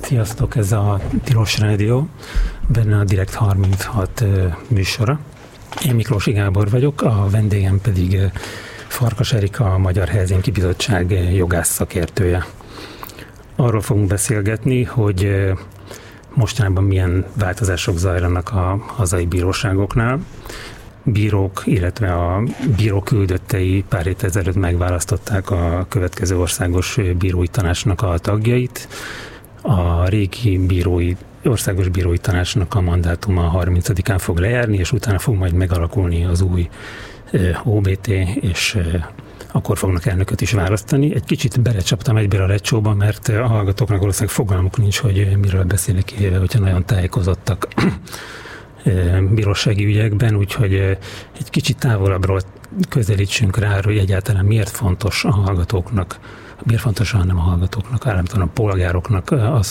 Sziasztok, ez a Tilos Rádió, benne a Direkt 36 műsora. Én Miklósi Gábor vagyok, a vendégem pedig Farkas Erika, a Magyar Helsinki Bizottság jogász szakértője. Arról fogunk beszélgetni, hogy mostanában milyen változások zajlanak a hazai bíróságoknál. Bírók, illetve a bíró küldöttei pár héttel ezelőtt megválasztották a következő országos bírói tanácsnak a tagjait. A régi országos bírói tanácsnak a mandátuma 30-án fog lejárni, és utána fog majd megalakulni az új OBT, és akkor fognak elnököt is választani. Egy kicsit belecsaptam egyből a lecsóba, mert a hallgatóknak valószínűleg fogalmuk nincs, hogy miről beszélek, hogyha nagyon tájékozottak bírósági ügyekben, úgyhogy egy kicsit távolabbról közelítsünk rá, hogy egyáltalán miért fontos a hallgatóknak, miért fontos, hanem a hallgatóknak, általában a polgároknak az,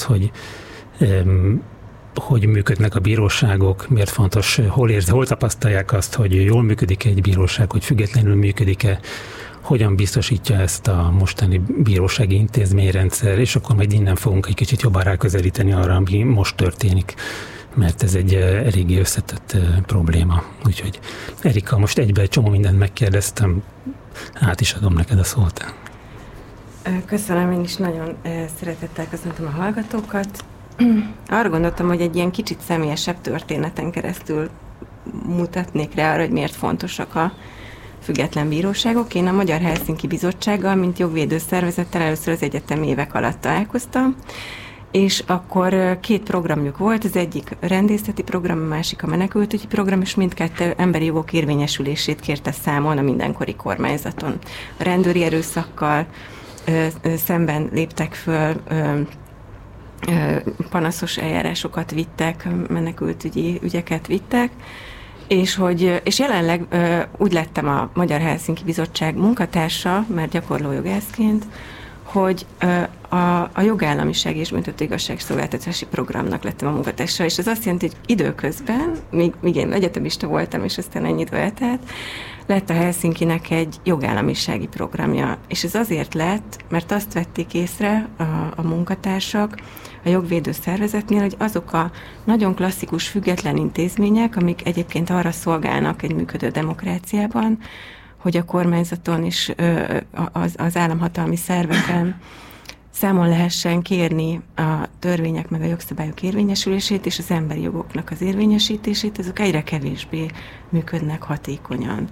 hogy működnek a bíróságok, miért fontos, hol tapasztalják azt, hogy jól működik egy bíróság, hogy függetlenül működik-e, hogyan biztosítja ezt a mostani bírósági intézményrendszer, és akkor majd innen fogunk egy kicsit jobban ráközelíteni arra, ami most történik, mert ez egy eléggé összetett probléma. Úgyhogy Erika, most egyben egy csomó mindent megkérdeztem, át is adom neked a szót. Köszönöm, én is nagyon szeretettel köszöntöm a hallgatókat. Arra gondoltam, hogy egy ilyen kicsit személyesebb történeten keresztül mutatnék rá arra, hogy miért fontosak a független bíróságok. Én a Magyar Helsinki Bizottsággal, mint jogvédő szervezettel először az egyetemi évek alatt találkoztam, és akkor két programjuk volt, az egyik rendészeti program, a másik a menekültügyi program, és mindkettő emberi jogok érvényesülését kérte számon a mindenkori kormányzaton. A rendőri erőszakkal szemben léptek föl, panaszos eljárásokat vittek, menekültügyi ügyeket vittek, és jelenleg úgy lettem a Magyar Helsinki Bizottság munkatársa, mert gyakorló jogászként, hogy a jogállamiság és büntető igazságszolgáltatási programnak lettem a munkatársa, és ez azt jelenti, hogy időközben, míg én egyetemista voltam, és aztán ennyi idő eltelt, lett a Helsinkinek egy jogállamisági programja. És ez azért lett, mert azt vették észre a munkatársak a jogvédő szervezetnél, hogy azok a nagyon klasszikus független intézmények, amik egyébként arra szolgálnak egy működő demokráciában, hogy a kormányzaton és az államhatalmi szerveken számon lehessen kérni a törvények meg a jogszabályok érvényesülését és az emberi jogoknak az érvényesítését, azok egyre kevésbé működnek hatékonyan.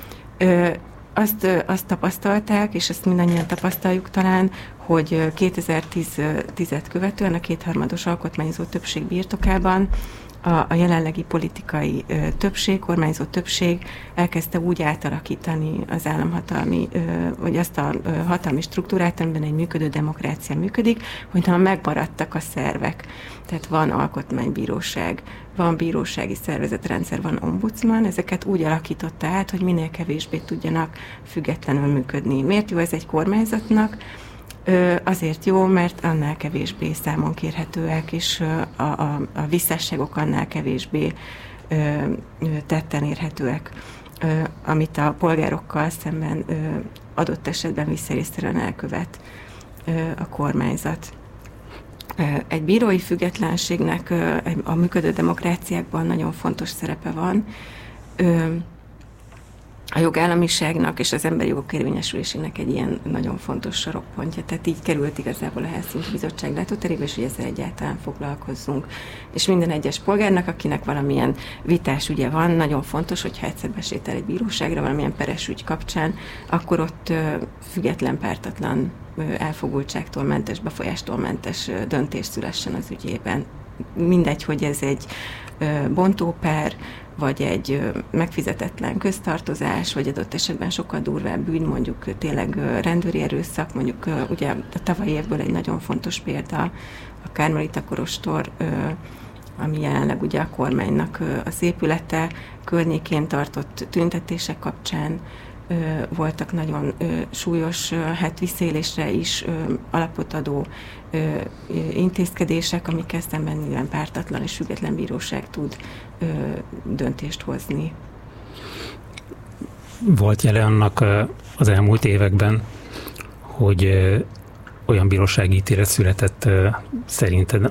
Azt tapasztalták, és ezt mindannyian tapasztaljuk talán, hogy 2010-et követően a kétharmados alkotmányozó többség birtokában a jelenlegi politikai többség, kormányzó többség elkezdte úgy átalakítani az államhatalmi, vagy azt a hatalmi struktúrát, amiben egy működő demokrácia működik, hogy megmaradtak a szervek. Tehát van alkotmánybíróság, van bírósági szervezetrendszer, van ombudsman, ezeket úgy alakította át, hogy minél kevésbé tudjanak függetlenül működni. Miért jó ez egy kormányzatnak? Azért jó, mert annál kevésbé számon kérhetőek, és a visszásságok annál kevésbé tetten érhetőek, amit a polgárokkal szemben adott esetben visszaészszerűen elkövet a kormányzat. Egy bírói függetlenségnek a működő demokráciákban nagyon fontos szerepe van. A jogállamiságnak és az emberi jogok érvényesülésének egy ilyen nagyon fontos sarokpontja. Tehát így került igazából a Helsinki Bizottság látóterébe, és hogy ezzel egyáltalán foglalkozzunk. És minden egyes polgárnak, akinek valamilyen vitás ügye van, nagyon fontos, hogyha egyszer besétel egy bíróságra valamilyen peres ügy kapcsán, akkor ott független, pártatlan, elfogultságtól mentes, befolyástól mentes döntés szülessen az ügyében. Mindegy, hogy ez egy bontóper, vagy egy megfizetetlen köztartozás, vagy adott esetben sokkal durvább bűn, mondjuk tényleg rendőri erőszak, mondjuk ugye a tavalyi évből egy nagyon fontos példa a Kármelita Kolostor, ami jelenleg ugye a kormánynak az épülete környékén tartott tüntetések kapcsán voltak nagyon súlyos, visszaélésre is alapot adó intézkedések, amikkel szemben nyilván pártatlan és független bíróság tud döntést hozni. Volt jele annak az elmúlt években, hogy olyan bírósági ítélet született szerinted,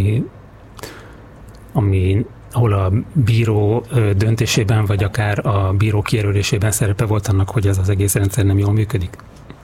ahol a bíró döntésében, vagy akár a bíró kijelölésében szerepe volt annak, hogy ez az egész rendszer nem jól működik?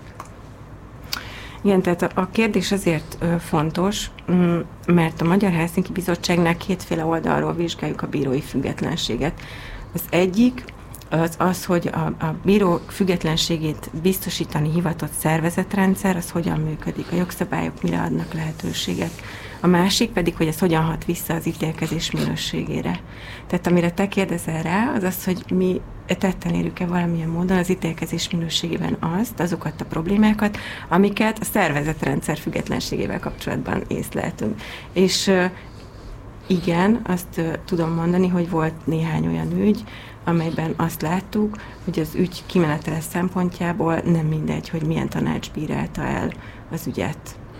Igen, tehát a kérdés azért fontos, mert a Magyar Helsinki Bizottságnál kétféle oldalról vizsgáljuk a bírói függetlenséget. Az egyik az, hogy a bíró függetlenségét biztosítani hivatott szervezetrendszer, az hogyan működik, a jogszabályok mire adnak lehetőséget. A másik pedig, hogy ez hogyan hat vissza az ítélkezés minőségére. Tehát amire te kérdezel rá, az az, hogy mi tetten érjük-e valamilyen módon az ítélkezés minőségében azokat a problémákat, amiket a szervezetrendszer függetlenségével kapcsolatban észleltünk. És igen, azt tudom mondani, hogy volt néhány olyan ügy, amelyben azt láttuk, hogy az ügy kimenetele szempontjából nem mindegy, hogy milyen tanács bírálta el az ügyet.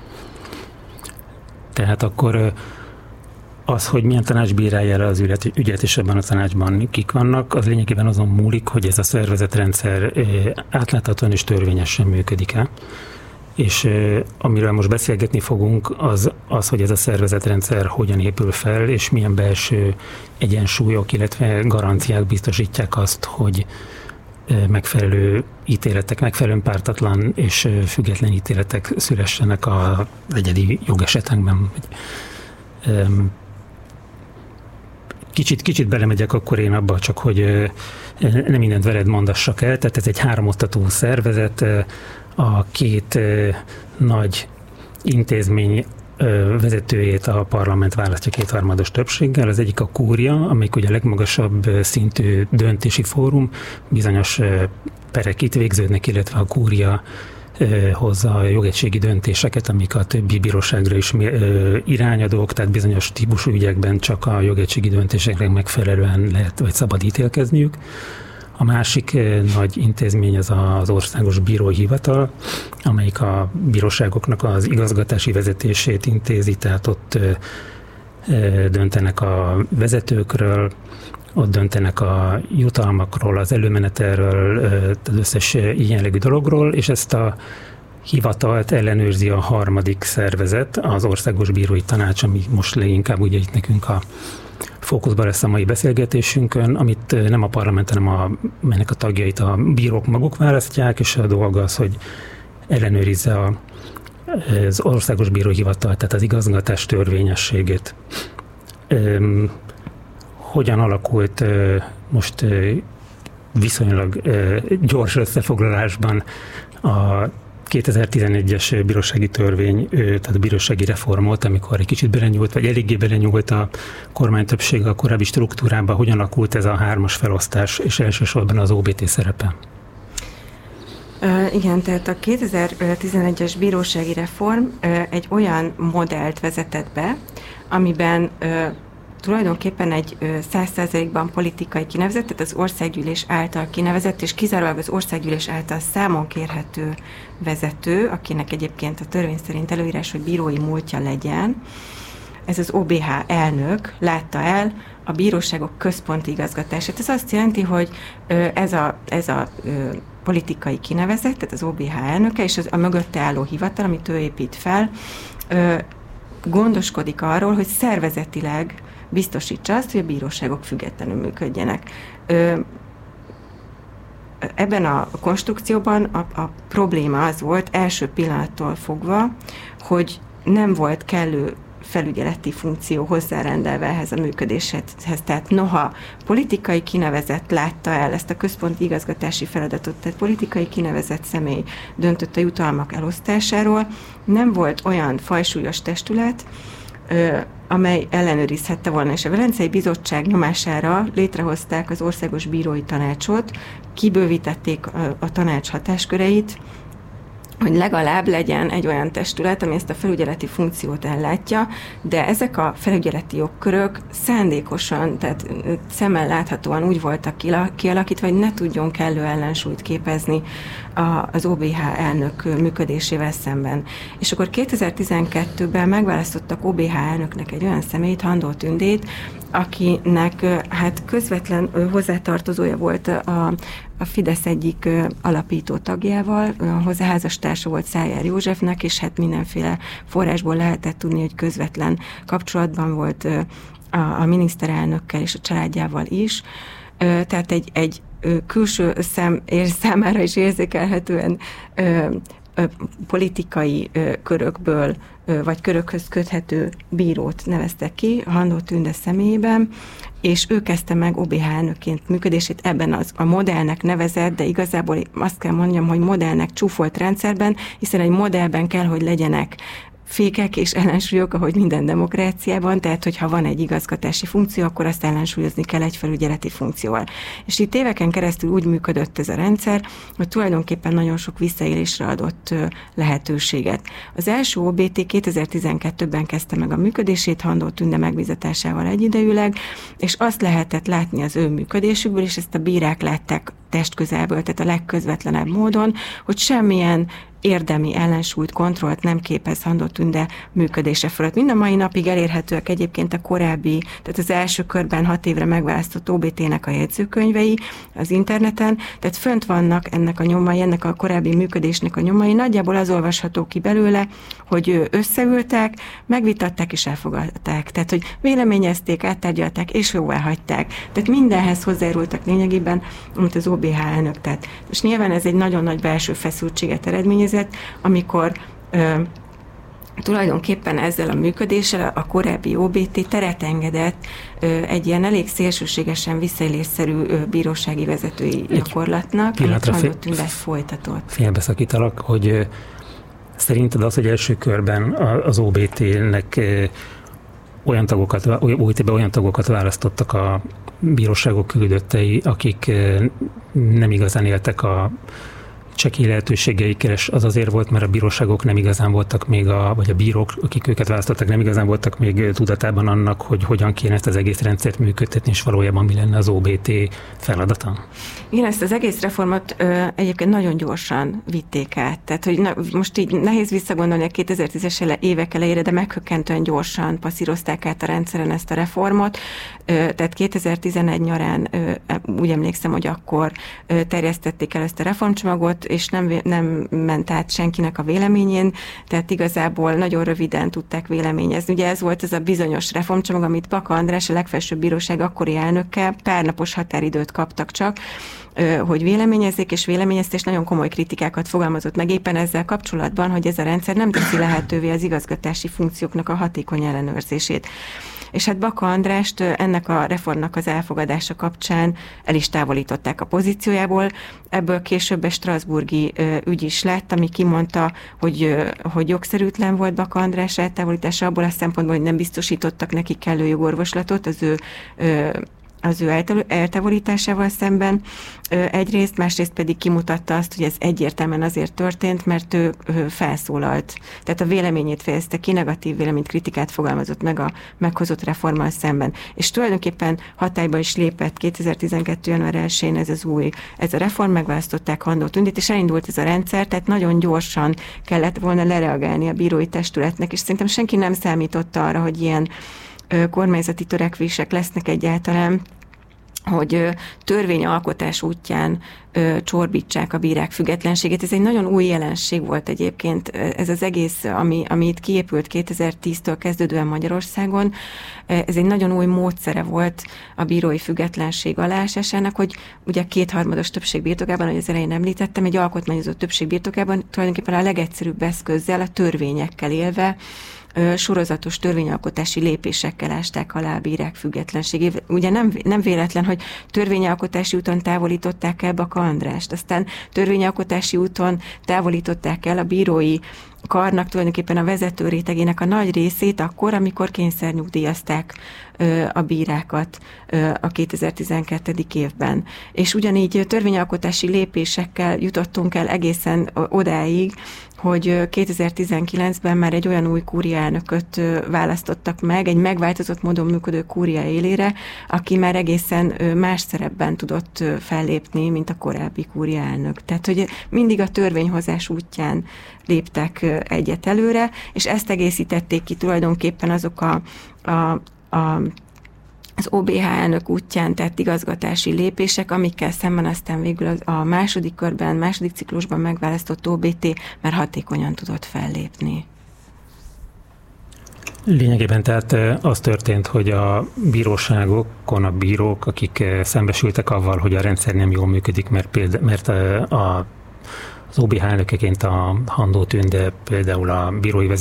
Tehát akkor az, hogy milyen tanács bírálja el az ügyet, és ebben a tanácsban kik vannak, az lényegében azon múlik, hogy ez a szervezetrendszer átláthatóan és törvényesen működik-e. És amiről most beszélgetni fogunk, az, hogy ez a szervezetrendszer hogyan épül fel, és milyen belső egyensúlyok, illetve garanciák biztosítják azt, hogy megfelelő ítéletek, megfelelően pártatlan és független ítéletek szülessenek az egyedi jogesetekben. Kicsit belemegyek akkor én abba, csak hogy nem mindent veled mondassak el, tehát ez egy háromosztatú szervezet, a két nagy intézmény vezetőjét a parlament választja kétharmados többséggel. Az egyik a kúria, amelyik ugye a legmagasabb szintű döntési fórum, bizonyos perek itt végződnek, illetve a kúria hozza a jogegységi döntéseket, amik a többi bíróságra is irányadók, tehát bizonyos típusú ügyekben csak a jogegységi döntéseknek megfelelően lehet vagy szabad ítélkezniük. A másik nagy intézmény az Országos Bírói Hivatal, amelyik a bíróságoknak az igazgatási vezetését intézi, tehát ott döntenek a vezetőkről, ott döntenek a jutalmakról, az előmenetelről, az összes ilyen jellegű dologról, és ezt a hivatalt ellenőrzi a harmadik szervezet, az Országos Bírói Tanács, ami most leginkább ugye itt nekünk a fókuszban lesz a mai beszélgetésünkön, amit nem a parlament, hanem ennek a tagjait a bírók maguk választják, és a dolga az, hogy ellenőrizze az Országos Bírói Hivatal, tehát az igazgatás törvényességét. Hogyan alakult most viszonylag gyors összefoglalásban a 2011-es bírósági törvény, tehát a bírósági reformot, amikor egy kicsit belenyúlt, vagy eléggé belenyúlt a kormány többsége a korábbi struktúrába, hogyan alakult ez a hármas felosztás, és elsősorban az OBT szerepe? Igen, tehát a 2011-es bírósági reform egy olyan modellt vezetett be, amiben tulajdonképpen egy 100%-ban politikai kinevezett, tehát az országgyűlés által kinevezett, és kizárólag az országgyűlés által számon kérhető vezető, akinek egyébként a törvény szerint előírás, hogy bírói múltja legyen. Ez az OBH elnök látta el a bíróságok központi igazgatását. Ez azt jelenti, hogy ez a politikai kinevezett, tehát az OBH elnöke, és a mögötte álló hivatal, amit ő épít fel, gondoskodik arról, hogy szervezetileg biztosítsa azt, hogy a bíróságok függetlenül működjenek. Ebben a konstrukcióban a probléma az volt első pillanattól fogva, hogy nem volt kellő felügyeleti funkció hozzárendelve ehhez a működéshez. Tehát noha politikai kinevezett látta el ezt a központi igazgatási feladatot, tehát politikai kinevezett személy döntött a jutalmak elosztásáról, nem volt olyan fajsúlyos testület, amely ellenőrizhette volna, és a Velencei Bizottság nyomására létrehozták az Országos Bírói Tanácsot, kibővítették a tanács hatásköreit, hogy legalább legyen egy olyan testület, ami ezt a felügyeleti funkciót ellátja, de ezek a felügyeleti jogkörök szándékosan, tehát szemmel láthatóan úgy voltak kialakítva, hogy ne tudjon kellő ellensúlyt képezni az OBH elnök működésével szemben. És akkor 2012-ben megválasztottak OBH elnöknek egy olyan személyt, Handó Tündét, akinek hát közvetlen hozzátartozója volt a Fidesz egyik alapító tagjával, hozzá házastársa munkatársa volt Szájer Józsefnek, és hát mindenféle forrásból lehetett tudni, hogy közvetlen kapcsolatban volt a miniszterelnökkel és a családjával is. Tehát egy külső számára is érzékelhetően politikai körökből, vagy körökhöz köthető bírót neveztek ki Handó Tünde személyében, és ő kezdte meg OBH elnökként működését ebben a modellnek nevezett, de igazából azt kell mondjam, hogy modellnek csúfolt rendszerben, hiszen egy modellben kell, hogy legyenek fékek és ellensúlyok, ahogy minden demokráciában, tehát hogyha van egy igazgatási funkció, akkor azt ellensúlyozni kell egy felügyeleti funkcióval. És itt éveken keresztül úgy működött ez a rendszer, hogy tulajdonképpen nagyon sok visszaélésre adott lehetőséget. Az első OBT 2012-ben kezdte meg a működését, Handó Tünde megbízatásával egyidejűleg, és azt lehetett látni az ő működésükből, és ezt a bírák látták testközelből, tehát a legközvetlenebb módon, hogy semmilyen érdemi ellensúlyt, kontrollt nem képez Handó Tünde működése fölött. Mind a mai napig elérhetőek egyébként a korábbi, tehát az első körben 6 évre megválasztott OBT-nek a jegyzőkönyvei az interneten, tehát fönt vannak ennek a nyomai, ennek a korábbi működésnek a nyomai. Nagyjából az olvasható ki belőle, hogy összeültek, megvitatták és elfogadták. Tehát, hogy véleményezték, áttárgyalták és jóváhagyták. Tehát mindenhez hozzájárultak lényegében, amit az OBH elnök tett. És nyilván ez egy nagyon nagy belső feszültséget eredményez, amikor tulajdonképpen ezzel a működéssel a korábbi OBT teret engedett egy ilyen elég szélsőségesen visszaélésszerű bírósági vezetői gyakorlatnak, amit Handó Tünde folytatott. Félbeszakítalak, hogy szerinted az, hogy első körben az OBT-nek olyan tagokat választottak a bíróságok küldöttei, akik nem igazán éltek a csekély lehetőségeikkel, és az azért volt, mert a bíróságok nem igazán voltak még, vagy a bírók, akik őket választottak, nem igazán voltak még tudatában annak, hogy hogyan kéne ezt az egész rendszert működtetni, és valójában mi lenne az OBT feladata? Igen, ezt az egész reformot egyébként nagyon gyorsan vitték át. Tehát, hogy most így nehéz visszagondolni a 2010-es évek elejére, de meghökkentően gyorsan passzírozták át a rendszeren ezt a reformot. Tehát 2011 nyarán úgy emlékszem, hogy akkor terjesztették el ezt a reformcsomagot, és nem ment át senkinek a véleményén, tehát igazából nagyon röviden tudták véleményezni. Ugye ez volt az a bizonyos reformcsomag, amit Baka András, a legfelsőbb bíróság akkori elnöke, párnapos határidőt kaptak csak, hogy véleményezzék, és véleményezte, és nagyon komoly kritikákat fogalmazott meg éppen ezzel kapcsolatban, hogy ez a rendszer nem teszi lehetővé az igazgatási funkcióknak a hatékony ellenőrzését. És hát Baka Andrást ennek a reformnak az elfogadása kapcsán el is távolították a pozíciójából. Ebből később egy strasbourgi ügy is lett, ami kimondta, hogy jogszerűtlen volt Baka András eltávolítása abból a szempontból, hogy nem biztosítottak neki kellő jogorvoslatot az ő eltávolításával szemben egyrészt, másrészt pedig kimutatta azt, hogy ez egyértelműen azért történt, mert ő felszólalt. Tehát a véleményét fejezte ki, negatív véleményt, kritikát fogalmazott meg a meghozott reformmal szemben. És tulajdonképpen hatályba is lépett 2012. január 1-én ez a reform, megválasztották Handó Tündét, és elindult ez a rendszer, tehát nagyon gyorsan kellett volna lereagálni a bírói testületnek, és szerintem senki nem számította arra, hogy ilyen kormányzati törekvések lesznek egyáltalán, hogy törvényalkotás útján csorbítsák a bírák függetlenségét. Ez egy nagyon új jelenség volt egyébként, ez az egész, ami itt kiépült 2010-től kezdődően Magyarországon, ez egy nagyon új módszere volt a bírói függetlenség aláásásának, hogy ugye 2/3 többség birtokában, ahogy az elején említettem, egy alkotmányozó többség birtokában tulajdonképpen a legegyszerűbb eszközzel, a törvényekkel élve, sorozatos törvényalkotási lépésekkel ásták alá a bírák függetlenségét. Ugye nem véletlen, hogy törvényalkotási úton távolították el Baka Andrást, aztán törvényalkotási úton távolították el a bírói karnak tulajdonképpen a vezető rétegének a nagy részét akkor, amikor kényszernyugdíjazták a bírákat a 2012. évben. És ugyanígy törvényalkotási lépésekkel jutottunk el egészen odáig, hogy 2019-ben már egy olyan új kúriaelnököt választottak meg, egy megváltozott módon működő kúria élére, aki már egészen más szerepben tudott fellépni, mint a korábbi kúriaelnök. Tehát, hogy mindig a törvényhozás útján léptek egyet előre, és ezt egészítették ki tulajdonképpen azok a az OBH elnök útján tett igazgatási lépések, amikkel szemben aztán végül a második körben, második ciklusban megválasztott OBT már hatékonyan tudott fellépni. Lényegében tehát az történt, hogy a bíróságokon a bírók, akik szembesültek avval, hogy a rendszer nem jól működik, mert az OBH elnökeként a Handó Tünde például a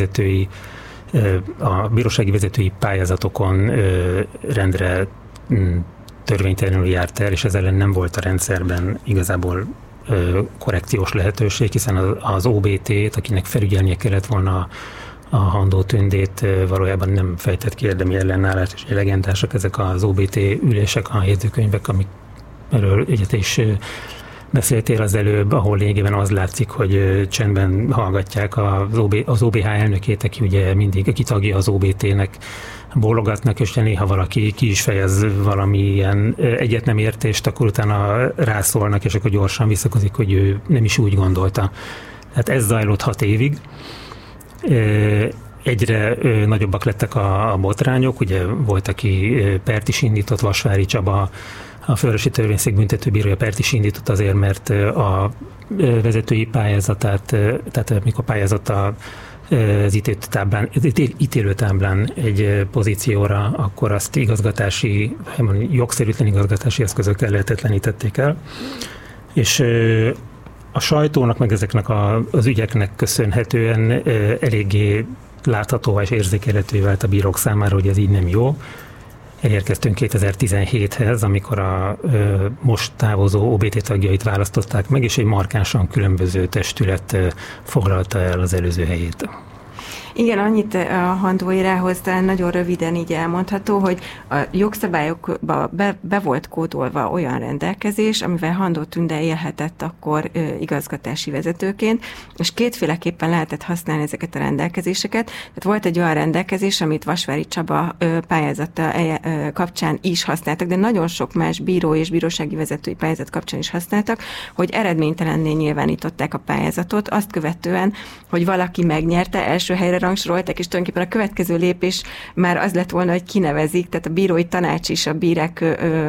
bírósági vezetői pályázatokon rendre törvénytelenül járt el, és ez ellen nem volt a rendszerben igazából korrekciós lehetőség, hiszen az OBT-t, akinek felügyelnie kellett volna a Handó Tündét, valójában nem fejtett ki érdemi ellenállást, és legendások ezek az OBT ülések, a jegyzőkönyvek, amikről egyet is beszéltél az előbb, ahol lényegében az látszik, hogy csendben hallgatják az OBH elnökét, aki ugye mindig, aki tagja az OBT-nek, bólogatnak, és néha valaki ki is fejez valamilyen egyet nem értést, akkor utána rászólnak, és akkor gyorsan visszakozik, hogy ő nem is úgy gondolta. Tehát ez zajlott 6 évig. Egyre nagyobbak lettek a botrányok, ugye volt, aki pert is indított, Vasvári Csaba, a Fővárosi Törvényszék büntetőbírója pert is indított azért, mert a vezetői pályázatát, tehát mikor pályázott az ítélőtáblán egy pozícióra, akkor azt jogszerűtlen igazgatási eszközökkel lehetetlenítették el. És a sajtónak, meg ezeknek az ügyeknek köszönhetően eléggé láthatóvá és érzékelhetővé vált a bírók számára, hogy ez így nem jó. Elérkeztünk 2017-hez, amikor a most távozó OBT tagjait választották meg, és egy markánsan különböző testület foglalta el az előző helyét. Igen, annyit a Handóirához talán nagyon röviden így elmondható, hogy a jogszabályokba be volt kódolva olyan rendelkezés, amivel Handó Tünde élhetett akkor igazgatási vezetőként, és kétféleképpen lehetett használni ezeket a rendelkezéseket. Tehát volt egy olyan rendelkezés, amit Vasvári Csaba pályázata kapcsán is használtak, de nagyon sok más bíró és bírósági vezetői pályázat kapcsán is használtak, hogy eredménytelenné nyilvánították a pályázatot, azt követően, hogy valaki megnyerte, első helyre rangsorolták, és tulajdonképpen a következő lépés már az lett volna, hogy kinevezik, tehát a bírói tanács is, a bírák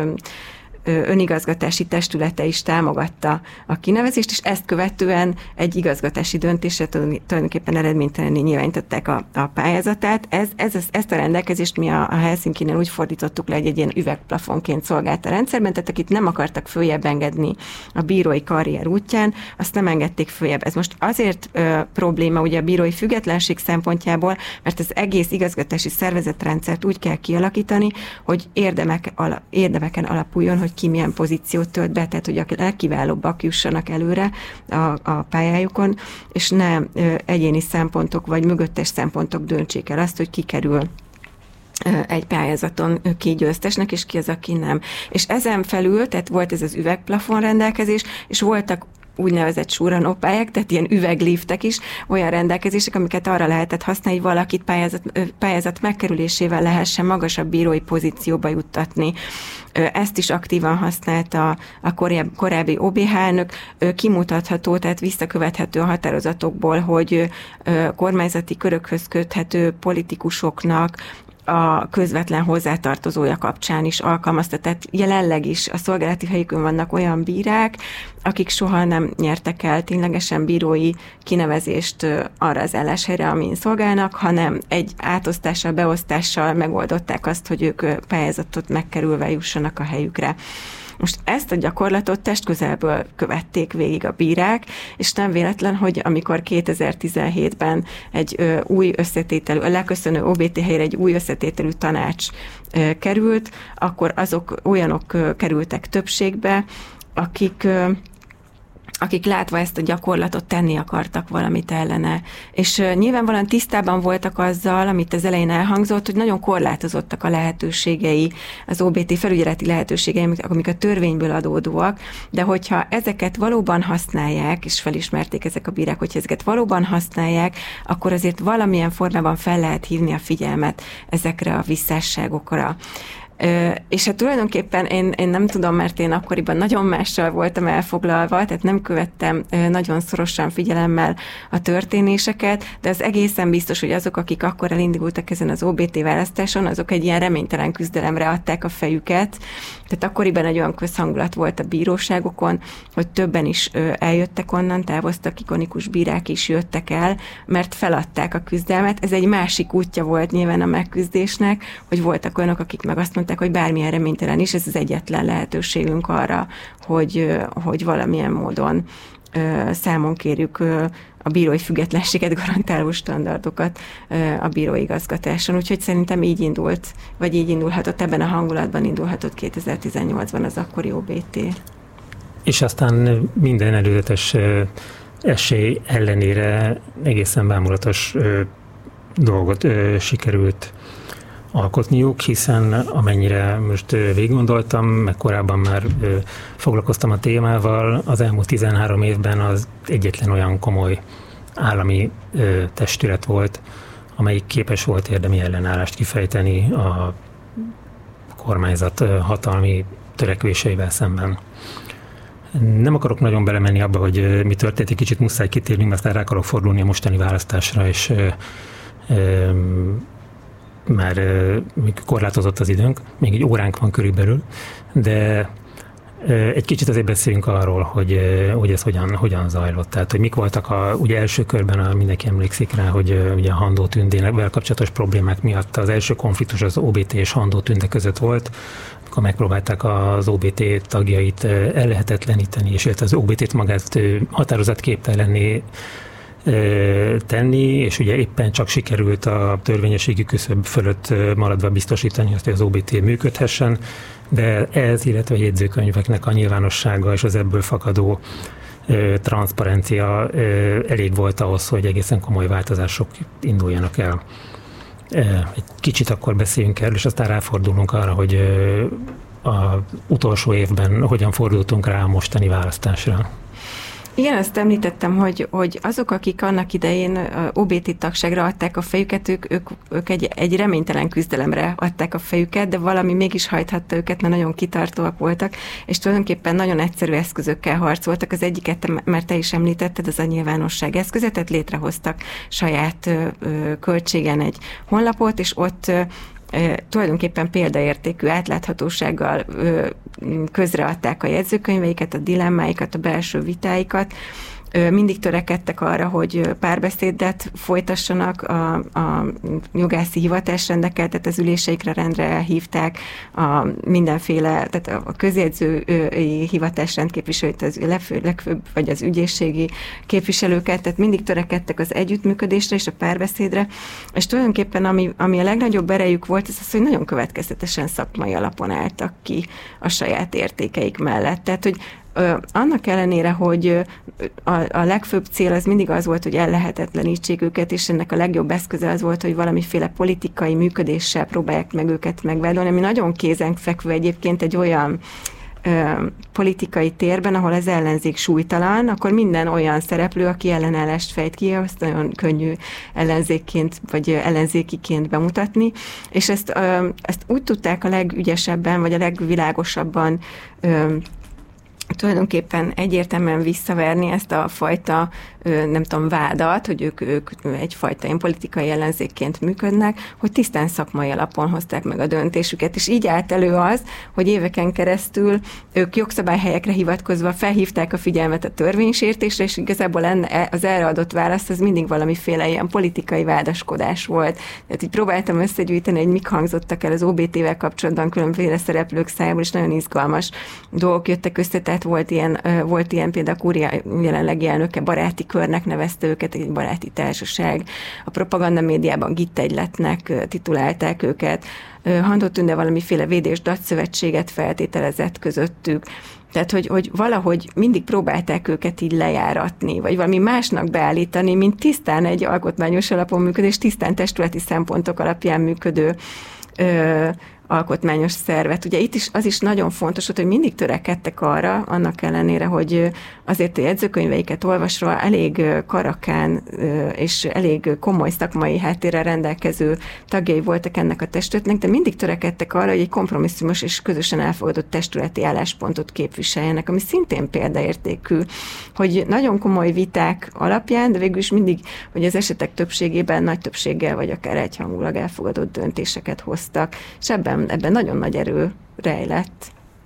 önigazgatási testülete is támogatta a kinevezést, és ezt követően egy igazgatási döntésre tulajdonképpen eredménytelenné nyilvánították a pályázatát. Ezt a rendelkezést mi a Helsinkinél úgy fordítottuk le, hogy egy ilyen üvegplafonként szolgált a rendszerben, tehát akit nem akartak följebb engedni a bírói karrier útján, azt nem engedték följebb. Ez most azért probléma ugye a bírói függetlenség szempontjából, mert az egész igazgatási szervezetrendszert úgy kell kialakítani, hogy érdemeken alapuljon, hogy ki milyen pozíciót tölt be, tehát hogy a legkiválóbbak jussanak előre a pályájukon, és ne egyéni szempontok vagy mögöttes szempontok döntsék el azt, hogy ki kerül egy pályázaton ki győztesnek, és ki az, aki nem. És ezen felül, tehát volt ez az üvegplafon rendelkezés, és voltak úgynevezett súranópályák, tehát ilyen üvegliftek is, olyan rendelkezések, amiket arra lehetett használni, hogy valakit pályázat megkerülésével lehessen magasabb bírói pozícióba juttatni. Ezt is aktívan használta a korábbi OBH elnök, kimutatható, tehát visszakövethető a határozatokból, hogy kormányzati körökhöz köthető politikusoknak a közvetlen hozzátartozója kapcsán is alkalmazta. Tehát jelenleg is a szolgálati helyükön vannak olyan bírák, akik soha nem nyertek el ténylegesen bírói kinevezést arra az álláshelyre, amin szolgálnak, hanem egy átosztással, beosztással megoldották azt, hogy ők pályázatot megkerülve jussanak a helyükre. Most ezt a gyakorlatot testközelből követték végig a bírák, és nem véletlen, hogy amikor 2017-ben egy új összetételű, a leköszönő OBT helyre egy új összetételű tanács került, akkor olyanok kerültek többségbe, akik látva ezt a gyakorlatot tenni akartak valamit ellene. És nyilvánvalóan tisztában voltak azzal, amit az elején elhangzott, hogy nagyon korlátozottak a lehetőségei, az OBT felügyeleti lehetőségei, amik a törvényből adódóak, de hogyha ezeket valóban használják, és felismerték ezek a bírák, hogyha ezeket valóban használják, akkor azért valamilyen formában fel lehet hívni a figyelmet ezekre a visszásságokra. És hát tulajdonképpen én nem tudom, mert én akkoriban nagyon mással voltam elfoglalva, tehát nem követtem nagyon szorosan figyelemmel a történéseket, de az egészen biztos, hogy azok, akik akkor elindultak ezen az OBT választáson, azok egy ilyen reménytelen küzdelemre adták a fejüket. Tehát akkoriban egy olyan közhangulat volt a bíróságokon, hogy többen is eljöttek onnan, távoztak, ikonikus bírák is jöttek el, mert feladták a küzdelmet. Ez egy másik útja volt nyilván a megküzdésnek, hogy voltak olyanok, akik meg azt mondták, hogy bármilyen reménytelen is, ez az egyetlen lehetőségünk arra, hogy valamilyen módon számon kérjük a bírói függetlenséget garantáló standardokat a bírói igazgatáson. Úgyhogy szerintem így indult, vagy így indulhatott, ebben a hangulatban indulhatott 2018-ban az akkori OBT. És aztán minden előzetes esély ellenére egészen bámulatos dolgot sikerült alkotniuk, hiszen amennyire most végiggondoltam, meg korábban már foglalkoztam a témával, az elmúlt 13 évben az egyetlen olyan komoly állami testület volt, amelyik képes volt érdemi ellenállást kifejteni a kormányzat hatalmi törekvéseivel szemben. Nem akarok nagyon belemenni abba, hogy mi történt, egy kicsit muszáj kitérni, mert aztán rá akarok fordulni a mostani választásra, és már korlátozott az időnk, még egy óránk van körülbelül, de egy kicsit azért beszéljünk arról, hogy ez hogyan zajlott. Tehát, hogy mik voltak ugye első körben, mindenki emlékszik rá, hogy ugye a Handó Tündével kapcsolatos problémák miatt az első konfliktus az OBT és Handó Tünde között volt, amikor megpróbálták az OBT tagjait ellehetetleníteni, és az OBT-t magát határozatképtelenné tenni, és ugye éppen csak sikerült a törvényességi küszöb fölött maradva biztosítani azt, hogy az OBT működhessen, de ez, illetve a jegyzőkönyveknek a nyilvánossága és az ebből fakadó transzparencia elég volt ahhoz, hogy egészen komoly változások induljanak el. Egy kicsit akkor beszéljünk erről, és aztán ráfordulunk arra, hogy az utolsó évben hogyan fordultunk rá a mostani választásra. Igen, azt említettem, hogy azok, akik annak idején OBT tagságra adták a fejüket, ők egy reménytelen küzdelemre adták a fejüket, de valami mégis hajthatta őket, mert nagyon kitartóak voltak, és tulajdonképpen nagyon egyszerű eszközökkel harcoltak. Az egyiket, mert te is említetted, az a nyilvánosság eszköze, tehát létrehoztak saját költségen egy honlapot, és ott tulajdonképpen példaértékű átláthatósággal közreadták a jegyzőkönyveiket, a dilemmáikat, a belső vitáikat. Mindig törekedtek arra, hogy párbeszédet folytassanak a jogászi hivatásrendekkel, tehát az üléseikre rendre elhívták a mindenféle, tehát a közjegyzői hivatásrend képviselőt, az legfőbb, vagy az ügyészségi képviselőket, tehát mindig törekedtek az együttműködésre és a párbeszédre, és tulajdonképpen ami a legnagyobb erejük volt, az, hogy nagyon következetesen szakmai alapon álltak ki a saját értékeik mellett. Tehát, hogy annak ellenére, hogy a legfőbb cél az mindig az volt, hogy ellehetetlenítsék őket, és ennek a legjobb eszköze az volt, hogy valamiféle politikai működéssel próbálják meg őket megvádolni, ami nagyon kézenfekvő egyébként egy olyan politikai térben, ahol az ellenzék súlytalan, akkor minden olyan szereplő, aki ellenállást fejt ki, azt nagyon könnyű ellenzékként, vagy ellenzékiként bemutatni, és ezt úgy tudták a legügyesebben, vagy a legvilágosabban tulajdonképpen egyértelműen visszaverni ezt a fajta, nem tudom, vádat, hogy ők egyfajta ilyen politikai ellenzékként működnek, hogy tisztán szakmai alapon hozták meg a döntésüket, és így állt elő az, hogy éveken keresztül ők jogszabályhelyekre hivatkozva felhívták a figyelmet a törvénysértésre, és igazából az erre adott válasz az mindig valamiféle ilyen politikai vádaskodás volt. Tehát így próbáltam összegyűjteni, hogy mik hangzottak el az OBT-vel kapcsolatban különféle szereplők szájából, és nagyon izgalmas dolgok jöttek össze. Tehát volt ilyen például a Kúria jelenlegi elnöke baráti körnek nevezte őket, egy baráti társaság. A propaganda médiában gittegyletnek titulálták őket. Handó Tünde valamiféle védés-datszövetséget feltételezett közöttük. Tehát, hogy valahogy mindig próbálták őket így lejáratni, vagy valami másnak beállítani, mint tisztán egy alkotmányos alapon működő, és tisztán testületi szempontok alapján működő alkotmányos szervet. Ugye itt is az is nagyon fontos, hogy mindig törekedtek arra, annak ellenére, hogy azért a jegyzőkönyveiket olvasva elég karakán és elég komoly szakmai háttérrel rendelkező tagjai voltak ennek a testületnek, de mindig törekedtek arra, hogy egy kompromisszumos és közösen elfogadott testületi álláspontot képviseljenek, ami szintén példaértékű, hogy nagyon komoly viták alapján, de végül is mindig, hogy az esetek többségében nagy többséggel vagy akár egyhangulag elfogadott döntéseket hoztak, és ebben nagyon nagy erő rejlett.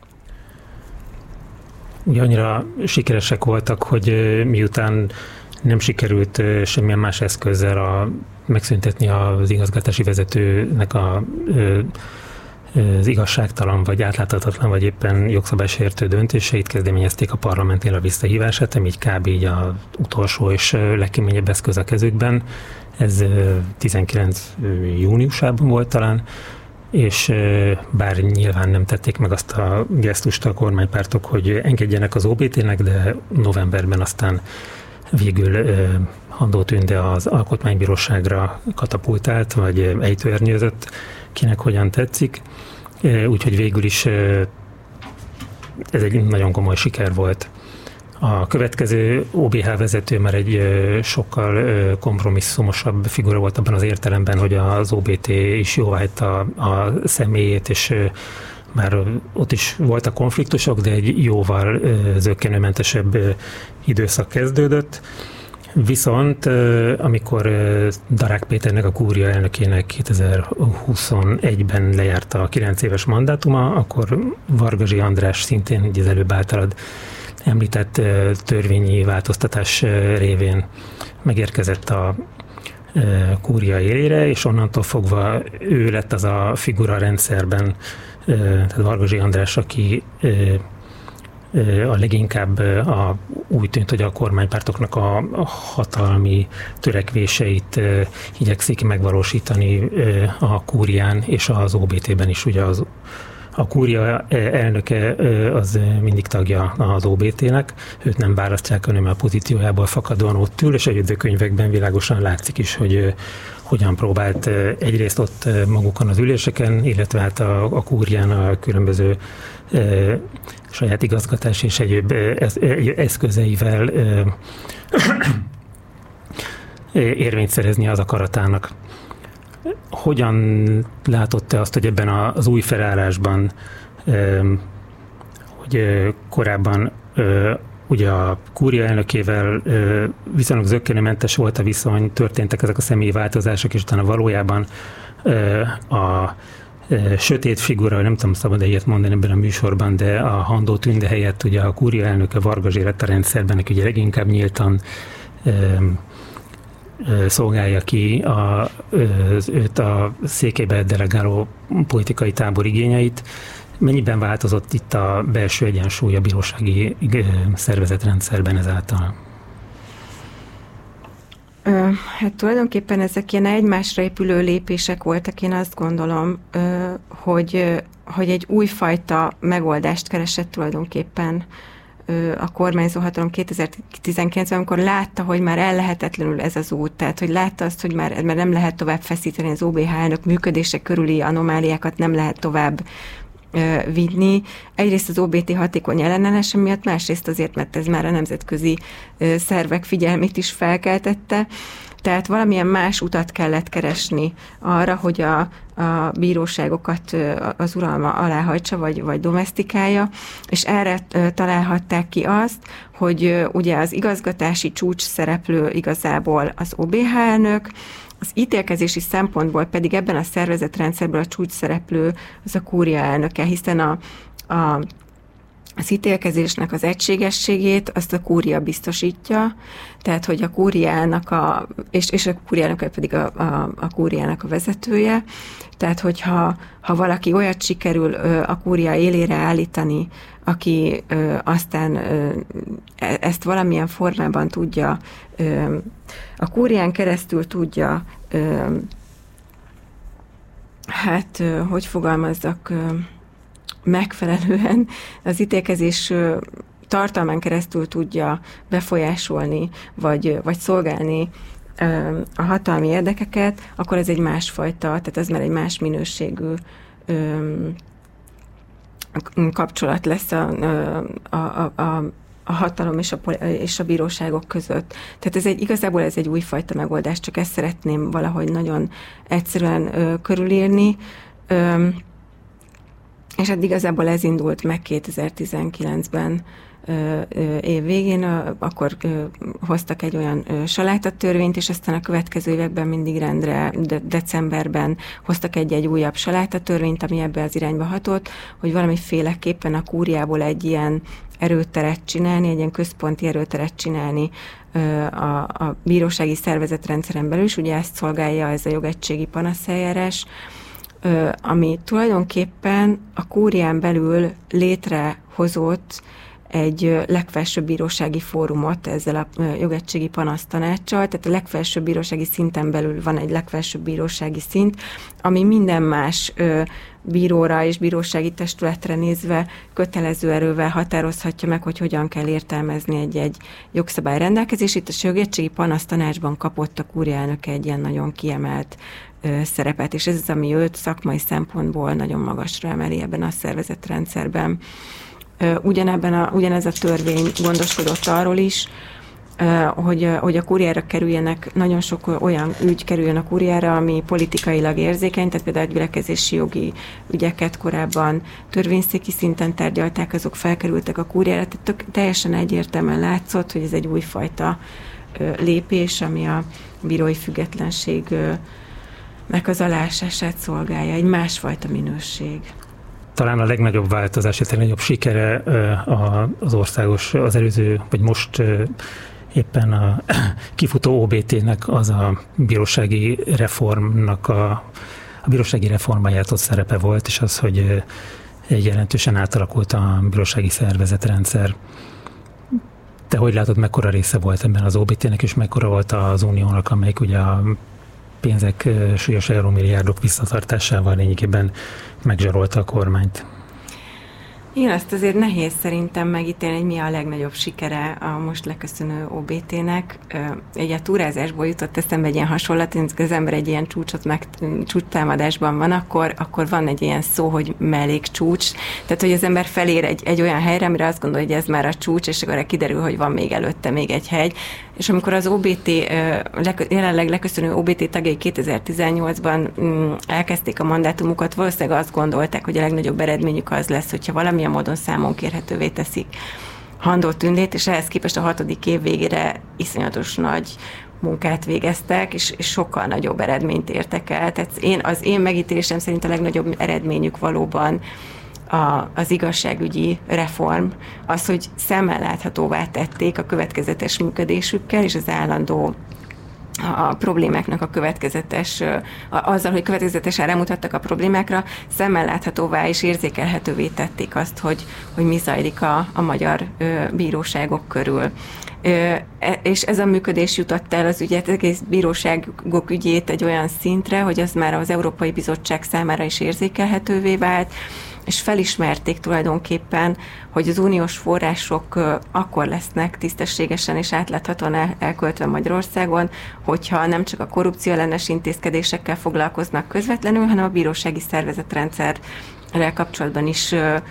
Ugye annyira sikeresek voltak, hogy miután nem sikerült semmilyen más eszközzel megszüntetni az igazgatási vezetőnek az igazságtalan, vagy átláthatatlan, vagy éppen jogszabálysértő döntéseit, kezdeményezték a parlamentnél a visszahívását, ami így kb. Így az utolsó és legkeményebb eszköz a kezükben. Ez 19 júniusában volt talán, és bár nyilván nem tették meg azt a gesztust a kormánypártok, hogy engedjenek az OBT-nek, de novemberben aztán végül Handó Tünde az alkotmánybíróságra katapultált, vagy ejtőernyőzött, kinek hogyan tetszik. Úgyhogy végül is ez egy nagyon komoly siker volt. A következő OBH vezető már egy sokkal kompromisszumosabb figura volt abban az értelemben, hogy az OBT is jóváhagyta a személyét, és már ott is voltak konfliktusok, de egy jóval zökkenőmentesebb időszak kezdődött. Viszont amikor Darák Péternek, a kúria elnökének 2021-ben lejárt a 9 éves mandátuma, akkor Vargasy András szintén az előbb általad említett törvényi változtatás révén megérkezett a kúria élére, és onnantól fogva ő lett az a figura a rendszerben, tehát Vargasy András, aki a leginkább úgy tűnt, hogy a kormánypártoknak a hatalmi törekvéseit igyekszik megvalósítani a kúrián és az OBT-ben is. Ugye a kúria elnöke az mindig tagja az OBT-nek, őt nem választják, hanem a pozíciójából fakadóan ott ül, és a jegyzőkönyvekben világosan látszik is, hogy hogyan próbált egyrészt ott magukon az üléseken, illetve hát a kúrián a különböző saját igazgatás és egyéb eszközeivel érvényt szerezni az akaratának. Hogyan látott te azt, hogy ebben az új felállásban, hogy korábban ugye a kúria elnökével viszonylag zökkenőmentes volt a viszony, történtek ezek a személyi változások, és utána valójában a sötét figura, nem tudom, szabad ilyet mondani ebben a műsorban, de a Handó Tünde helyett ugye a kúria elnöke Vargasy lett a rendszerben, aki ugye leginkább nyíltan szolgálja ki őt a székelybe delegáló politikai tábor igényeit. Mennyiben változott itt a belső egyensúly a bírósági szervezetrendszerben ezáltal? Hát tulajdonképpen ezek ilyen egymásra épülő lépések voltak, én azt gondolom, hogy egy újfajta megoldást keresett tulajdonképpen a kormányzó hatalom 2019-ben, amikor látta, hogy már ellehetetlenül ez az út, tehát hogy látta azt, hogy már nem lehet tovább feszíteni az OBH elnök működése körüli anomáliákat, nem lehet tovább vinni. Egyrészt az OBT hatékony ellenállása miatt, másrészt azért, mert ez már a nemzetközi szervek figyelmét is felkeltette. Tehát valamilyen más utat kellett keresni arra, hogy a bíróságokat az uralma aláhajtsa, vagy domesztikálja, és erre találhatták ki azt, hogy ugye az igazgatási csúcs szereplő igazából az OBH elnök, az ítélkezési szempontból pedig ebben a szervezetrendszerből a csúcs szereplő az a kúria elnöke, hiszen az ítélkezésnek az egységességét azt a kúria biztosítja, tehát hogy a kúriának és a kúriának pedig a kúriának a vezetője, tehát hogyha valaki olyat sikerül a kúria élére állítani, aki aztán ezt valamilyen formában tudja, a kúrián keresztül tudja, hogy fogalmazzak, megfelelően az ítélkezés tartalmán keresztül tudja befolyásolni, vagy szolgálni a hatalmi érdekeket, akkor ez egy másfajta, tehát ez már egy más minőségű kapcsolat lesz a hatalom és a bíróságok között. Tehát igazából ez egy újfajta megoldás, csak ezt szeretném valahogy nagyon egyszerűen körülírni. És hát igazából ez indult meg 2019-ben év végén, akkor hoztak egy olyan salátatörvényt, és aztán a következő években mindig rendre, decemberben hoztak egy újabb salátatörvényt, ami ebbe az irányba hatott, hogy valamiféleképpen a kúriából egy ilyen erőteret csinálni, egy ilyen központi erőteret csinálni a bírósági szervezetrendszeren belül, és ugye ezt szolgálja ez a jogegységi panaszeljárás, ami tulajdonképpen a kúrián belül létrehozott egy legfelsőbb bírósági fórumot ezzel a jogegységi panasztanáccsal, tehát a legfelsőbb bírósági szinten belül van egy legfelsőbb bírósági szint, ami minden más bíróra és bírósági testületre nézve kötelező erővel határozhatja meg, hogy hogyan kell értelmezni egy jogszabály rendelkezését. A jogegységi panasztanácsban kapott a kúriának egy ilyen nagyon kiemelt szerepet, és ez az, ami őt szakmai szempontból nagyon magasra emeli ebben a szervezetrendszerben. Ugyanez a törvény gondoskodott arról is, hogy a kúriára kerüljenek, nagyon sok olyan ügy kerüljön a kúriára, ami politikailag érzékeny, tehát például egy gyülekezési jogi ügyeket korábban törvényszéki szinten tárgyalták, azok felkerültek a kúriára, tehát teljesen egyértelműen látszott, hogy ez egy újfajta lépés, ami a bírói függetlenség megazalásását szolgálja, egy másfajta minőség. Talán a legnagyobb változás, a legnagyobb sikere az országos, az előző, vagy most éppen a kifutó OBT-nek az a bírósági reformnak a bírósági reformban szerepe volt, és az, hogy egy jelentősen átalakult a bírósági szervezetrendszer. Te hogy látod, mekkora része volt ebben az OBT-nek, és mekkora volt az Uniónak, amelyik ugye a pénzek súlyos eurómilliárdok visszatartásával lényegében megzsarolta a kormányt? Igen, azt azért nehéz szerintem megítélni, hogy mi a legnagyobb sikere a most leköszönő OBT-nek. Egy a túrázásból jutott eszembe egy ilyen hasonlat, hogy az ember egy ilyen csúcstámadásban van, akkor van egy ilyen szó, hogy mellékcsúcs. Tehát, hogy az ember felér egy olyan helyre, amire azt gondolja, hogy ez már a csúcs, és akkor kiderül, hogy van még előtte még egy hegy. És amikor az OBT, jelenleg leköszönő OBT tagjai 2018-ban elkezdték a mandátumukat, valószínűleg azt gondolták, hogy a legnagyobb eredményük az lesz, hogyha valamilyen módon számon kérhetővé teszik Handó Tündét, és ehhez képest a 6. év végére iszonyatos nagy munkát végeztek, és sokkal nagyobb eredményt értek el. Tehát az én megítélésem szerint a legnagyobb eredményük valóban az igazságügyi reform, az, hogy szemmel láthatóvá tették a következetes működésükkel, és az állandó a problémáknak a azzal, hogy következetesen rámutattak a problémákra, szemmel láthatóvá és érzékelhetővé tették azt, hogy mi zajlik a magyar bíróságok körül. És ez a működés jutott el az ügyet, egész bíróságok ügyét egy olyan szintre, hogy az már az Európai Bizottság számára is érzékelhetővé vált, és felismerték tulajdonképpen, hogy az uniós források akkor lesznek tisztességesen és átláthatóan elköltve Magyarországon, hogyha nem csak a korrupció ellenes intézkedésekkel foglalkoznak közvetlenül, hanem a bírósági szervezetrendszerrel kapcsolatban is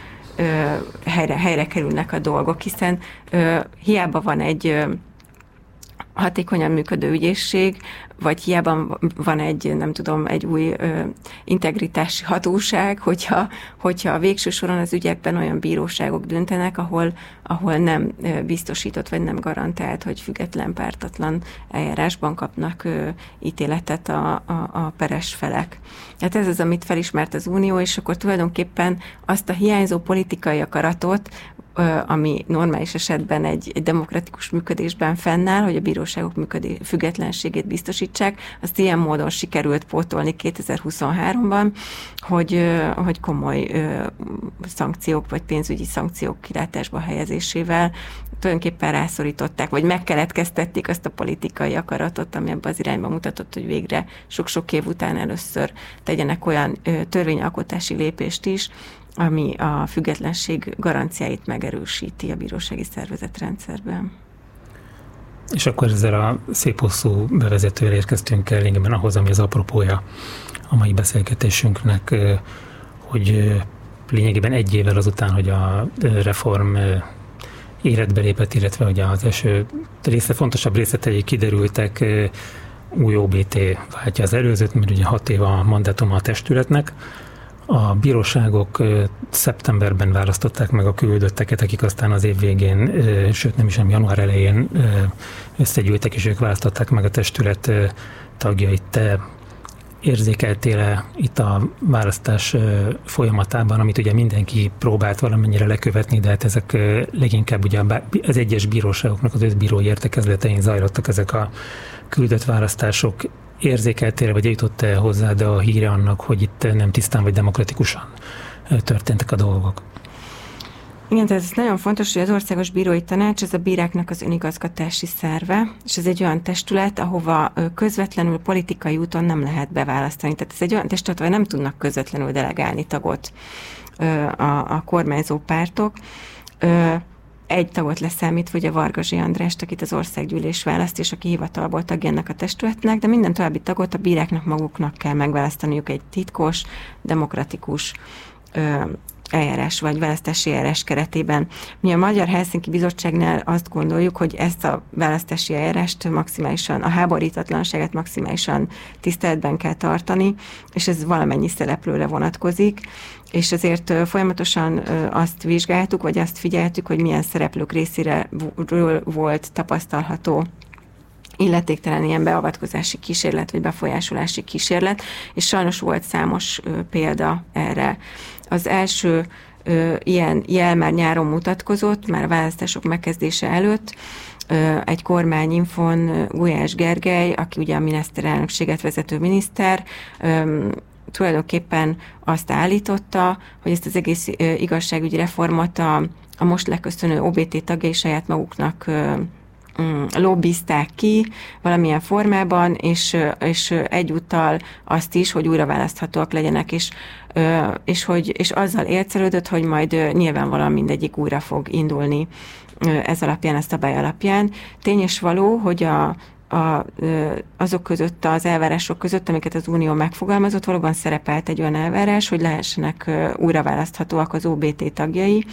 helyre kerülnek a dolgok, hiszen hiába van egy hatékonyan működő ügyészség, vagy hiába van egy új integritási hatóság, hogyha a végső soron az ügyekben olyan bíróságok döntenek, ahol nem biztosított, vagy nem garantált, hogy független, pártatlan eljárásban kapnak ítéletet a peres felek. Hát ez az, amit felismert az Unió, és akkor tulajdonképpen azt a hiányzó politikai akaratot, ami normális esetben egy demokratikus működésben fennáll, hogy a bíróságok függetlenségét biztosítsák, azt ilyen módon sikerült pótolni 2023-ban, hogy komoly szankciók vagy pénzügyi szankciók kilátásba helyezésével tulajdonképpen rászorították, vagy megkeletkeztették azt a politikai akaratot, ami ebben az irányba mutatott, hogy végre sok-sok év után először tegyenek olyan törvényalkotási lépést is, ami a függetlenség garanciáit megerősíti a bírósági szervezetrendszerben. És akkor ezzel a szép hosszú bevezetőre érkeztünk el lényegében ahhoz, ami az apropója a mai beszélgetésünknek, hogy lényegében egy évvel azután, hogy a reform életbe lépett, illetve hogy az első fontosabb részletei kiderültek, új OBT váltja az előzőt, mert ugye 6 év a mandátuma a testületnek. A bíróságok szeptemberben választották meg a küldötteket, akik aztán az év végén, sőt nem is, január elején összegyűltek, és ők választották meg a testület tagjait. Te érzékeltél itt a választás folyamatában, amit ugye mindenki próbált valamennyire lekövetni, de hát ezek leginkább ugye az egyes bíróságoknak az összbírói értekezletein zajlottak ezek a küldött választások. Érzékeltél, vagy eljutott-e hozzád a híre annak, hogy itt nem tisztán vagy demokratikusan történtek a dolgok? Igen, tehát ez nagyon fontos, hogy az Országos Bírói Tanács, ez a bíráknak az önigazgatási szerve, és ez egy olyan testület, ahova közvetlenül politikai úton nem lehet beválasztani. Tehát ez egy olyan testület, ahol nem tudnak közvetlenül delegálni tagot a kormányzó pártok. Egy tagot leszámítva, ugye Vargasi Andrást, akit az Országgyűlés választ, és aki hivatalból tagja ennek a testületnek, de minden további tagot a bíráknak maguknak kell megválasztaniuk egy titkos, demokratikus eljárás vagy választási eljárás keretében. Mi a Magyar Helsinki Bizottságnál azt gondoljuk, hogy ezt a választási eljárást maximálisan, a háborítatlanságát maximálisan tiszteletben kell tartani, és ez valamennyi szereplőre vonatkozik, és ezért folyamatosan azt vizsgáltuk, vagy azt figyeltük, hogy milyen szereplők részéről volt tapasztalható illetéktelen ilyen beavatkozási kísérlet, vagy befolyásolási kísérlet, és sajnos volt számos példa erre. Az első ilyen jel már nyáron mutatkozott, már a választások megkezdése előtt, egy kormányinfon Gulyás Gergely, aki ugye a miniszterelnökséget vezető miniszter, tulajdonképpen azt állította, hogy ezt az egész igazságügyi reformot a most leköszönő OBT tagjai saját maguknak lobbizták ki valamilyen formában, és egyúttal azt is, hogy újra választhatóak legyenek, és azzal élcelődött, hogy majd nyilvánvalóan mindegyik újra fog indulni ez alapján, a szabály alapján. Tény és való, hogy azok között, az elvárások között, amiket az Unió megfogalmazott, valóban szerepelt egy olyan elvárás, hogy lehessenek újra választhatóak az OBT tagjai,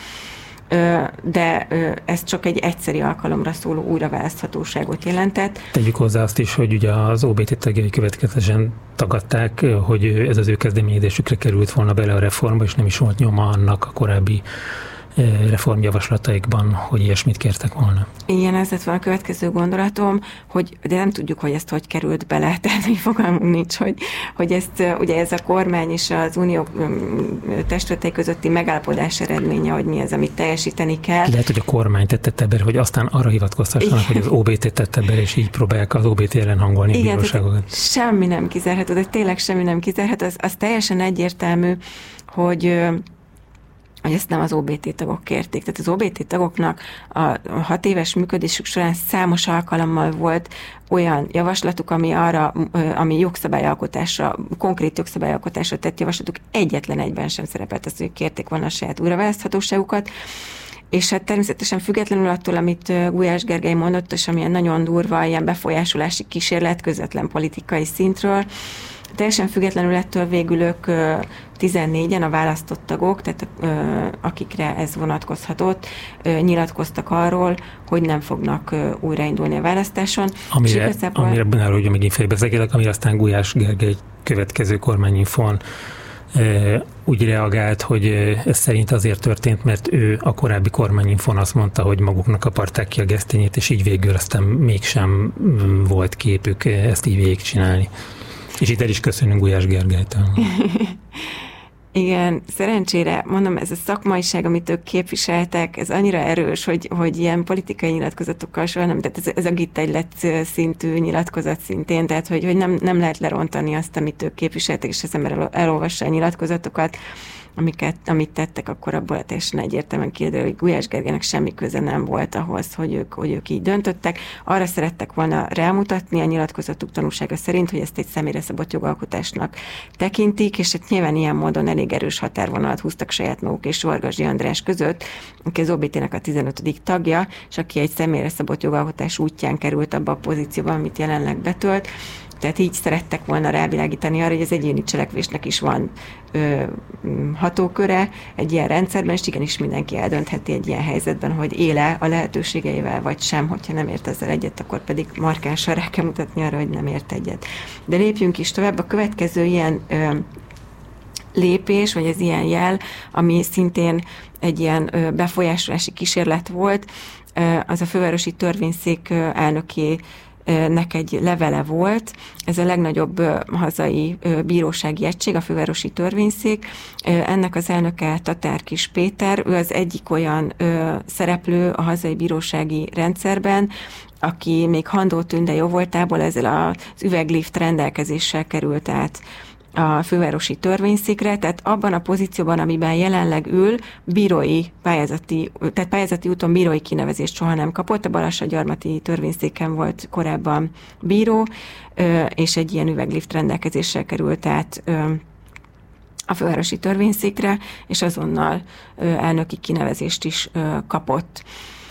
de ez csak egy egyszeri alkalomra szóló újraválaszthatóságot jelentett. Tegyük hozzá azt is, hogy ugye az OBT tagjai következetesen tagadták, hogy ez az ő kezdeményezésükre került volna bele a reformba, és nem is volt nyoma annak a korábbi reformjavaslataikban, hogy ilyesmit kértek volna. Igen, ez lett volna a következő gondolatom, de nem tudjuk, hogy ezt hogy került bele, tehát mi fogalmunk nincs, hogy ezt ugye ez a kormány és az unió testületei közötti megállapodás eredménye, hogy mi az, amit teljesíteni kell. Lehet, hogy a kormány tette be, hogy aztán arra hivatkoztassanak, hogy az OBT tette be, és így próbálják az OBT ellen hangolni a bíróságokat. Semmi nem kizárható, de tényleg semmi nem kizárható. Az teljesen egyértelmű, hogy ezt nem az OBT tagok kérték. Tehát az OBT tagoknak a 6 éves működésük során számos alkalommal volt olyan javaslatuk, ami jogszabályalkotásra, konkrét jogszabályalkotásra tett javaslatuk, egyetlen egyben sem szerepelt az, hogy kérték volna a saját újraválaszthatóságukat. És hát természetesen függetlenül attól, amit Gulyás Gergely mondott, és amilyen nagyon durva, ilyen befolyásolási kísérlet közvetlen politikai szintről, teljesen függetlenül ettől végül ők 14-en a választott tagok, tehát akikre ez vonatkozhatott, nyilatkoztak arról, hogy nem fognak újraindulni a választáson. Amire benne, hogy megint félbeszélgetek, amire aztán Gulyás Gergely következő kormányinfon úgy reagált, hogy ez szerint azért történt, mert ő a korábbi kormányinfon azt mondta, hogy maguknak aparták ki a gesztenyét, és így végül aztán mégsem volt képük ezt így végigcsinálni. És itt el is köszönünk Gulyás Gergelytől. Igen, szerencsére, mondom, ez a szakmaiság, amit ők képviseltek, ez annyira erős, hogy ilyen politikai nyilatkozatokkal soha nem, tehát ez a GIT-egylet szintű nyilatkozat szintén, tehát hogy nem lehet lerontani azt, amit ők képviseltek, és az ember elolvassa a nyilatkozatokat, amit tettek, akkor abból teljesen egyértelműen kiderül, hogy Gulyás Gergelynek semmi köze nem volt ahhoz, hogy ők így döntöttek. Arra szerettek volna rámutatni a nyilatkozatuk tanúsága szerint, hogy ezt egy személyre szabott jogalkotásnak tekintik, és hát nyilván ilyen módon elég erős határvonalat húztak saját maguk és Vargasi András között, aki az OBT-nek a 15. tagja, és aki egy személyre szabott jogalkotás útján került abba a pozícióba, amit jelenleg betölt. Tehát így szerettek volna rávilágítani arra, hogy az egyéni cselekvésnek is van hatóköre egy ilyen rendszerben, és igenis mindenki eldöntheti egy ilyen helyzetben, hogy éle a lehetőségeivel, vagy sem, hogyha nem ért ezzel egyet, akkor pedig markánsan rá kell mutatni arra, hogy nem ért egyet. De lépjünk is tovább. A következő ilyen lépés, vagy ez ilyen jel, ami szintén egy ilyen befolyásolási kísérlet volt, az a fővárosi törvényszék elnökének egy levele volt. Ez a legnagyobb hazai bírósági egység, a fővárosi törvényszék. Ennek az elnöke Tatár Kis Péter, ő az egyik olyan szereplő a hazai bírósági rendszerben, aki még Handó Tünde jóvoltából ezzel az üveglift rendelkezéssel került át a fővárosi törvényszékre, tehát abban a pozícióban, amiben jelenleg ül, pályázati úton bírói kinevezést soha nem kapott. A Balassagyarmati törvényszéken volt korábban bíró, és egy ilyen üveglift rendelkezéssel került át a fővárosi törvényszékre, és azonnal elnöki kinevezést is kapott.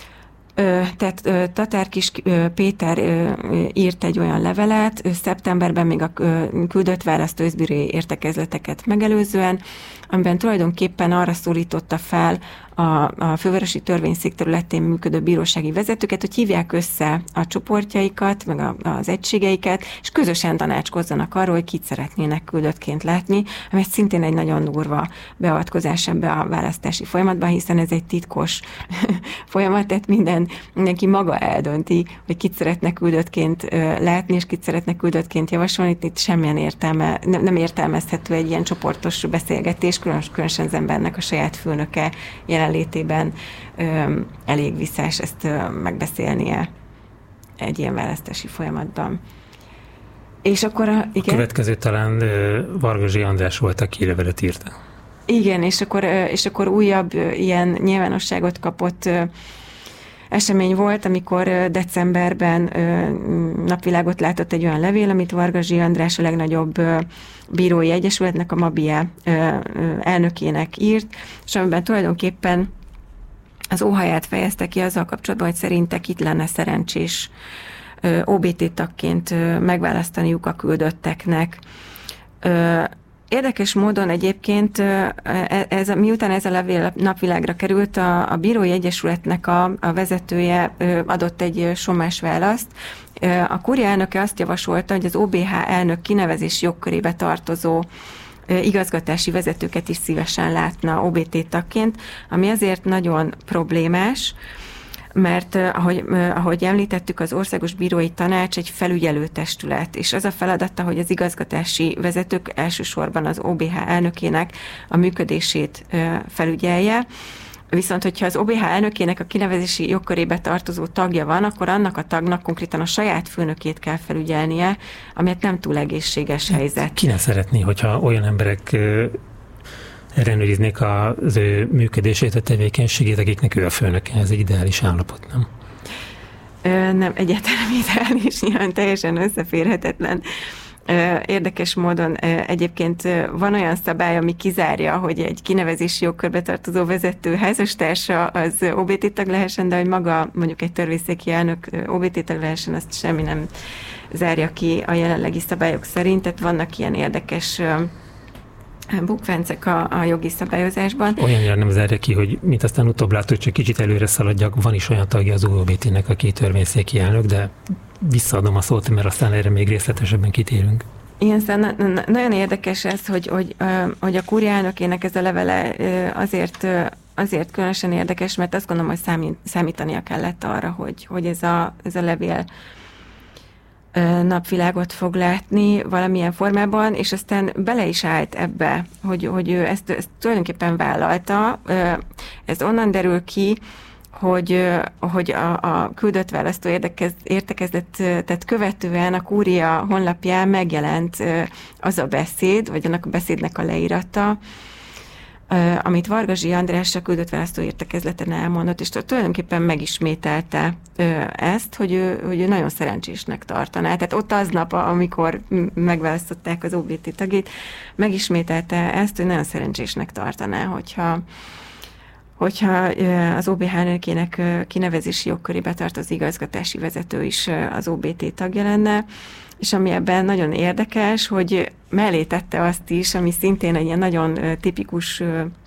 Tehát Tatár Kis Péter írt egy olyan levelet, szeptemberben még a küldött választ őszbírói értekezleteket megelőzően, amiben tulajdonképpen arra szólította fel a fővárosi törvényszék területén működő bírósági vezetőket, hogy hívják össze a csoportjaikat, meg az egységeiket, és közösen tanácskozzanak arról, hogy kit szeretnének küldöttként látni, ami szintén egy nagyon durva beavatkozás ebbe a választási folyamatban, hiszen ez egy titkos folyamat, tehát mindenki maga eldönti, hogy kit szeretne küldöttként látni, és kit szeretne küldöttként javasolni. Itt semmilyen értelme, nem értelmezhető egy ilyen csoportos beszélgetés, különösen az embernek a saját főnöke jelenlétében elég visszás ezt megbeszélnie egy ilyen választási folyamatban. És akkor a következő talán Varga Zsi András volt, aki levelet írta. Igen, és akkor újabb ilyen nyilvánosságot kapott esemény volt, amikor decemberben napvilágot látott egy olyan levél, amit Varga Zsi András, a legnagyobb bírói egyesületnek, a MABIE elnökének írt, és amiben tulajdonképpen az óhaját fejezte ki azzal kapcsolatban, hogy szerintek itt lenne szerencsés OBT tagként megválasztaniuk a küldötteknek. Érdekes módon egyébként, miután ez a levél napvilágra került, a Bírói Egyesületnek a vezetője adott egy sommás választ. A kúria elnöke azt javasolta, hogy az OBH elnök kinevezés jogkörébe tartozó igazgatási vezetőket is szívesen látna OBT tagként, ami azért nagyon problémás, mert ahogy említettük, az Országos Bírói Tanács egy felügyelő testület, és az a feladata, hogy az igazgatási vezetők elsősorban az OBH elnökének a működését felügyelje. Viszont, hogyha az OBH elnökének a kinevezési jogkörébe tartozó tagja van, akkor annak a tagnak konkrétan a saját főnökét kell felügyelnie, amit nem túl egészséges helyzet. Ki ne szeretné, hogyha olyan emberek ellenőriznék az ő működését, a tevékenységét, akiknek ő a főnöke. Ez egy ideális állapot, nem? Nem, egyáltalán ideális, nyilván teljesen összeférhetetlen. Érdekes módon egyébként van olyan szabály, ami kizárja, hogy egy kinevezési jogkörbe tartozó vezető házastársa az OBT tag lehessen, de hogy maga mondjuk egy törvényszéki elnök OBT tag lehessen, azt semmi nem zárja ki a jelenlegi szabályok szerint. Tehát vannak ilyen érdekes bukfencek a jogi szabályozásban. Olyannyira nem zárja ki, hogy mint aztán utóbb látod, hogy csak kicsit előre szaladjak, van is olyan tagja az OBT-nek, aki törvényszéki elnök, de visszaadom a szót, mert aztán erre még részletesebben kitérünk. Igen, szóval nagyon érdekes ez, hogy a kúria elnökének ez a levele azért különösen érdekes, mert azt gondolom, hogy számítania kellett arra, hogy ez a levél napvilágot fog látni valamilyen formában, és aztán bele is állt ebbe, hogy ő ezt tulajdonképpen vállalta. Ez onnan derül ki, hogy a küldött választó értekezletet követően a kúria honlapján megjelent az a beszéd, vagy annak a beszédnek a leírata, amit Varga Zsi András a küldött választó értekezleten elmondott, és tulajdonképpen megismételte ezt, hogy ő nagyon szerencsésnek tartaná. Tehát ott aznap, amikor megválasztották az OBT tagjait, megismételte ezt, hogy nagyon szerencsésnek tartaná, hogyha az OBH elnökének kinevezési jogkörébe tartozó igazgatási vezető is az OBT tagja lenne, és ami ebben nagyon érdekes, hogy mellé tette azt is, ami szintén egy ilyen nagyon tipikus,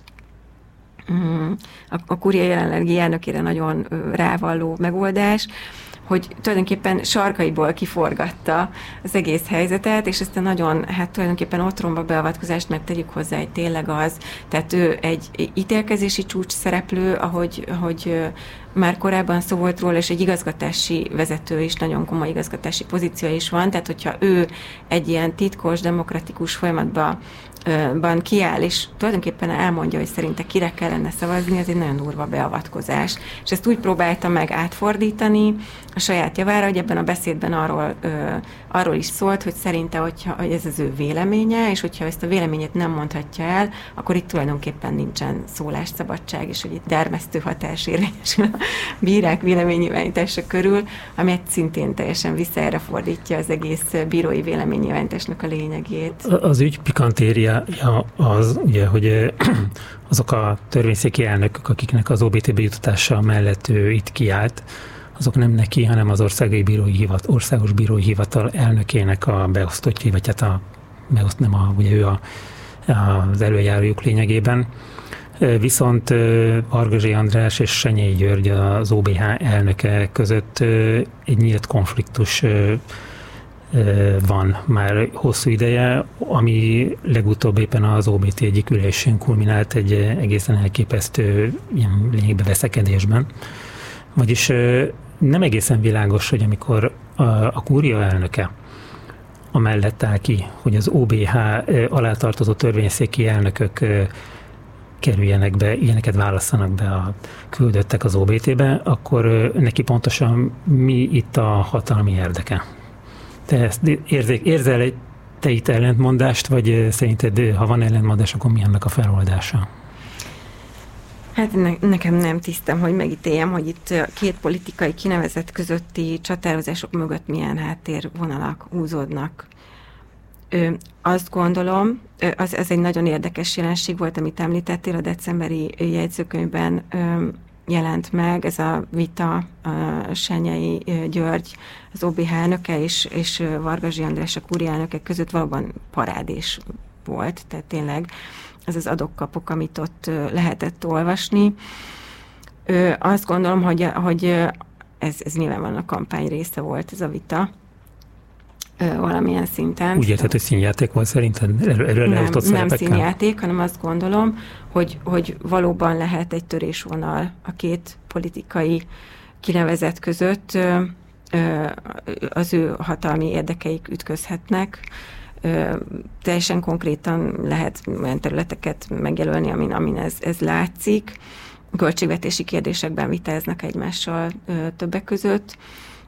a Kúria jelenlegi elnökére nagyon rávalló megoldás, hogy tulajdonképpen sarkaiból kiforgatta az egész helyzetet, és ezt a nagyon, tulajdonképpen otromba beavatkozást, mert tegyük hozzá, hogy tényleg az, tehát ő egy ítélkezési csúcs szereplő, ahogy már korábban szó volt róla, és egy igazgatási vezető is, nagyon komoly igazgatási pozíció is van, tehát hogyha ő egy ilyen titkos, demokratikus folyamatban kiáll, és tulajdonképpen elmondja, hogy szerinte kire kellene szavazni, ez egy nagyon durva beavatkozás. És ezt úgy próbálta meg átfordítani a saját javára, hogy ebben a beszédben arról is szólt, hogy szerinte, hogy ez az ő véleménye, és hogyha ezt a véleményét nem mondhatja el, akkor itt tulajdonképpen nincsen szólásszabadság, és hogy itt dermesztő hatás érvényesül a bírák véleménynyilvánítása körül, ami szintén teljesen visszaerre fordítja az egész bírói véleménynyilvánításnak a lényegét. Az ügy pikantéria az, ugye, hogy azok a törvényszéki elnökök, akiknek az OBT bejutatása mellett ő itt kiállt, azok nem neki, hanem az Országos Bírói Hivatal elnökének a beosztottjai, vagy hát ugye ő az előjárójuk lényegében. Viszont Varga András és Senyei György, az OBH elnöke között egy nyílt konfliktus van már hosszú ideje, ami legutóbb éppen az OBT egyik ülésén kulminált egy egészen elképesztő ilyen lényegbe veszekedésben. Vagyis nem egészen világos, hogy amikor a kúria elnöke amellett áll ki, hogy az OBH alá tartozó törvényszéki elnökök kerüljenek be, ilyeneket válasszanak be a küldöttek az OBT-be, akkor neki pontosan mi itt a hatalmi érdeke? Te ezt érzel te itt ellentmondást, vagy szerinted, ha van ellentmondás, akkor mi ennek a feloldása? Hát nekem nem tisztem, hogy megítéljem, hogy itt két politikai kinevezett közötti csatározások mögött milyen háttérvonalak húzódnak. Azt gondolom, ez egy nagyon érdekes jelenség volt, amit említettél, a decemberi jegyzőkönyvben jelent meg, ez a vita, Senyei György, az OBH elnöke és Varga András, a kúria elnöke között valóban parádés volt, tehát tényleg ez az adok-kapok, amit ott lehetett olvasni. Azt gondolom, hogy ez nyilvánvalóan a kampány része volt, ez a vita, valamilyen szinten. Úgy érted, hogy színjáték volt szerinted? Nem színjáték, hanem azt gondolom, hogy valóban lehet egy törésvonal a két politikai kinevezet között, az ő hatalmi érdekeik ütközhetnek. Teljesen konkrétan lehet olyan területeket megjelölni, amin ez látszik. Költségvetési kérdésekben vitáznak egymással többek között.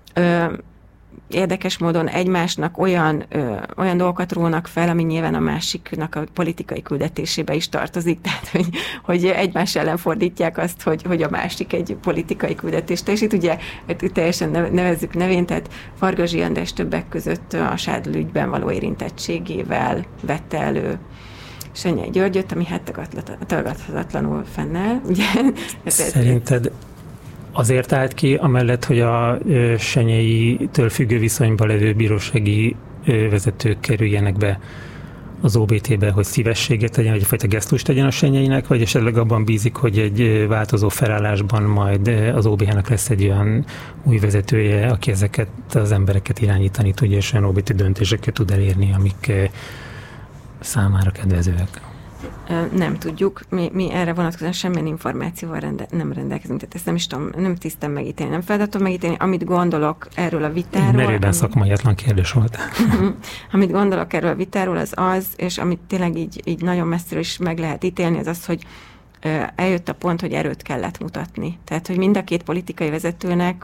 Érdekes módon egymásnak olyan dolgokat rónak fel, ami nyilván a másiknak a politikai küldetésébe is tartozik, tehát hogy egymás ellen fordítják azt, hogy a másik egy politikai küldetést teljesít. Ugye teljesen nevezzük nevén, tehát Varga András többek között a Sádl ügyben való érintettségével vette elő Senyei Györgyöt, ami hát tagadhatatlanul fennáll. Ugye? Szerinted azért állt ki, amellett, hogy a Senyei-től függő viszonyban levő bírósági vezetők kerüljenek be az OBT-be, hogy szívességet tegyen, vagy egyfajta gesztust tegyen a Senyeinek, vagy esetleg abban bízik, hogy egy változó felállásban majd az OBH-nak lesz egy olyan új vezetője, aki ezeket az embereket irányítani tudja, és olyan OBT döntéseket tud elérni, amik számára kedvezőek. Nem tudjuk, mi erre vonatkozóan semmilyen információval nem rendelkezünk, tehát ezt nem is tudom, nem tisztem megítélni, nem feladatom megítélni, amit gondolok erről a vitáról. Merőben szakmaiatlan kérdés volt. Amit gondolok erről a vitáról, az, és amit tényleg így nagyon messziről is meg lehet ítélni, az, hogy eljött a pont, hogy erőt kellett mutatni. Tehát, hogy mind a két politikai vezetőnek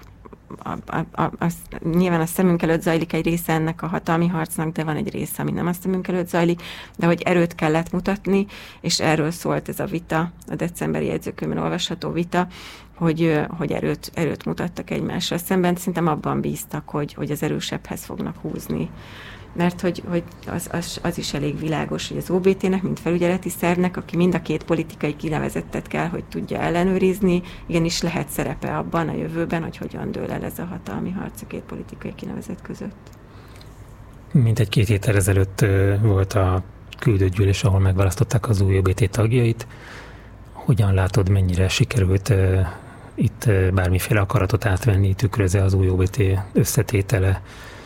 nyilván a szemünk előtt zajlik egy része ennek a hatalmi harcnak, de van egy része, ami nem a szemünk előtt zajlik, de hogy erőt kellett mutatni, és erről szólt ez a vita, a decemberi jegyzőkönyvben olvasható vita, hogy erőt mutattak egymással szemben, szerintem abban bíztak, hogy az erősebbhez fognak húzni. Mert hogy az is elég világos, hogy az OBT-nek, mint felügyeleti szervnek, aki mind a két politikai kinevezettet kell, hogy tudja ellenőrizni, igenis lehet szerepe abban a jövőben, hogy hogyan dől el ez a hatalmi harc a két politikai kinevezet között. Mintegy 2 héttel ezelőtt volt a küldött gyűlés, ahol megválasztották az új OBT tagjait. Hogyan látod, mennyire sikerült itt bármiféle akaratot átvenni, tükrözi az új OBT összetétele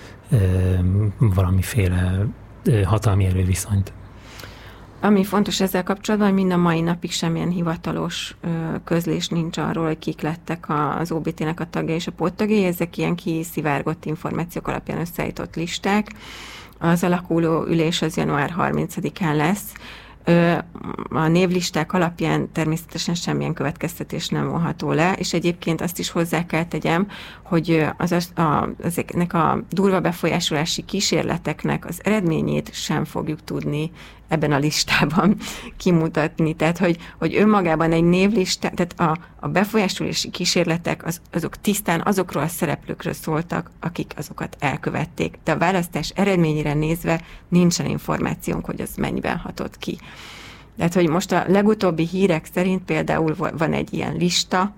valamiféle hatalmi erőviszonyt? Ami fontos ezzel kapcsolatban, hogy mind a mai napig semmilyen hivatalos közlés nincs arról, hogy kik lettek az OBT-nek a tagjai és a póttagjai. Ezek ilyen kiszivárgott információk alapján összeállított listák. Az alakuló ülés az január 30-án lesz. A névlisták alapján természetesen semmilyen következtetés nem vonható le, és egyébként azt is hozzá kell tegyem, hogy ezeknek a durva befolyásolási kísérleteknek az eredményét sem fogjuk tudni ebben a listában kimutatni. Tehát, hogy önmagában egy névlista, tehát a befolyásolási kísérletek azok tisztán azokról a szereplőkről szóltak, akik azokat elkövették. De a választás eredményére nézve nincsen információnk, hogy az mennyiben hatott ki. Tehát, hogy most a legutóbbi hírek szerint például van egy ilyen lista,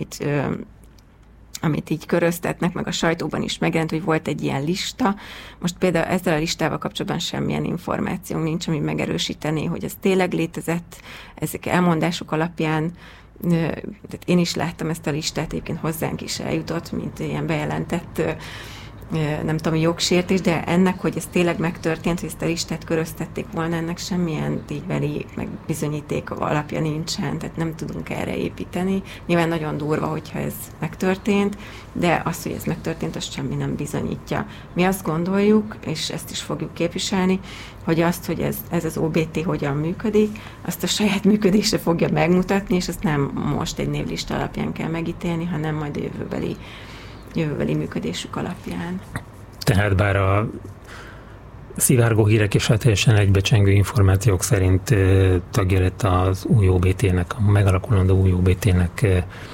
amit így köröztetnek, meg a sajtóban is megjelent, hogy volt egy ilyen lista. Most például ezzel a listával kapcsolatban semmilyen információnk nincs, ami megerősítené, hogy ez tényleg létezett, ezek elmondások alapján. Tehát én is láttam ezt a listát, egyébként hozzánk is eljutott, mint ilyen bejelentett nem tudom, jogsértés, de ennek, hogy ez tényleg megtörtént, hogy ezt a listát köröztették volna, ennek semmilyen ténybeli meg bizonyíték alapja nincsen, tehát nem tudunk erre építeni. Nyilván nagyon durva, hogyha ez megtörtént, de az, hogy ez megtörtént, azt semmi nem bizonyítja. Mi azt gondoljuk, és ezt is fogjuk képviselni, hogy azt, hogy ez az OBT hogyan működik, azt a saját működésre fogja megmutatni, és azt nem most egy névlista alapján kell megítélni, hanem majd a jövőbeli működésük alapján. Tehát bár a szivárgó hírek és hát teljesen egybecsengő információk szerint tagja lett az új OBT-nek, a megalakulandó új OBT-nek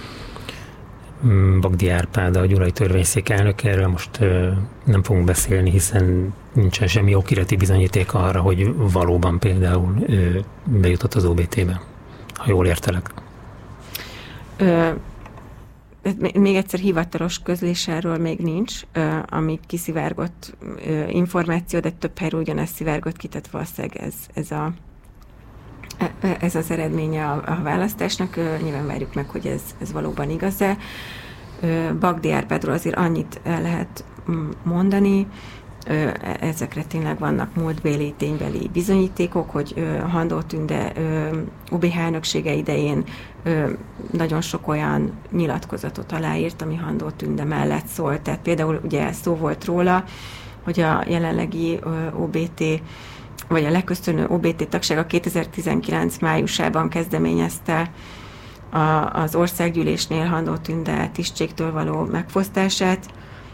Bagdi Árpád, a gyulai törvényszék elnöke, erről most nem fogunk beszélni, hiszen nincsen semmi okirati bizonyíték arra, hogy valóban például bejutott az OBT-be, ha jól értelek. Még egyszer hivatalos közlés erről még nincs, ami kiszivárgott információ, de több helyről ugyanezt szivárgott ki, tehát valószínűleg ez az eredménye a választásnak. Nyilván várjuk meg, hogy ez valóban igaz-e. Bagdi Árpádról azért annyit lehet mondani, ezekre tényleg vannak múltbéli, ténybeli bizonyítékok, hogy Handó Tünde OBH elnöksége idején nagyon sok olyan nyilatkozatot aláírt, ami Handó Tünde mellett szólt. Tehát például ugye szó volt róla, hogy a jelenlegi OBT, vagy a leköszönő OBT tagsága 2019 májusában kezdeményezte az országgyűlésnél Handó Tünde tisztségtől való megfosztását,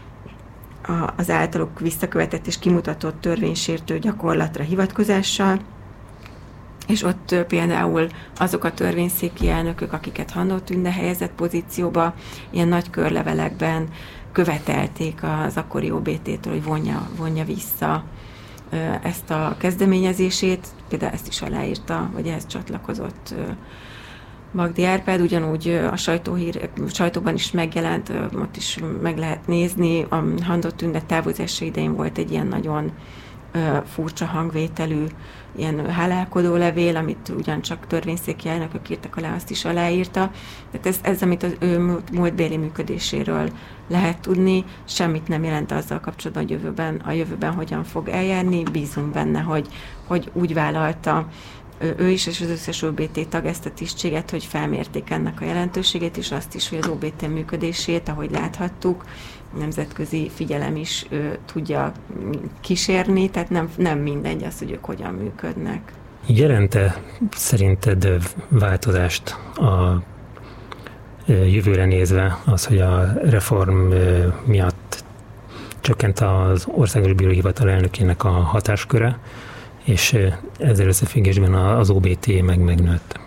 az általuk visszakövetett és kimutatott törvénysértő gyakorlatra hivatkozással, és ott például azok a törvényszéki elnökök, akiket Handó Tünde helyezett pozícióba, ilyen nagy körlevelekben követelték az akkori OBT-től, hogy vonja vissza ezt a kezdeményezését, például ezt is aláírta, vagy ehhez csatlakozott Bagdi Árpád, ugyanúgy a sajtóban is megjelent, ott is meg lehet nézni, a Handó Tünde távozása idején volt egy ilyen nagyon furcsa hangvételű, ilyen hálálkodó levél, amit ugyancsak törvényszéki elnökök írtak alá, azt is aláírta. Tehát ez amit az ő múltbéli működéséről lehet tudni, semmit nem jelent azzal kapcsolatban, hogy a jövőben hogyan fog eljárni. Bízunk benne, hogy úgy vállalta ő is, és az összes OBT tag ezt a tisztséget, hogy felmérték ennek a jelentőségét, és azt is, hogy az OBT működését, ahogy láthattuk, nemzetközi figyelem is tudja kísérni, tehát nem mindegy az, hogy ők hogyan működnek. Jelent-e szerinted változást a jövőre nézve az, hogy a reform miatt csökkent az Országos Bíróhivatal elnökének a hatásköre, és ezzel összefüggésben az OBT megnőtt?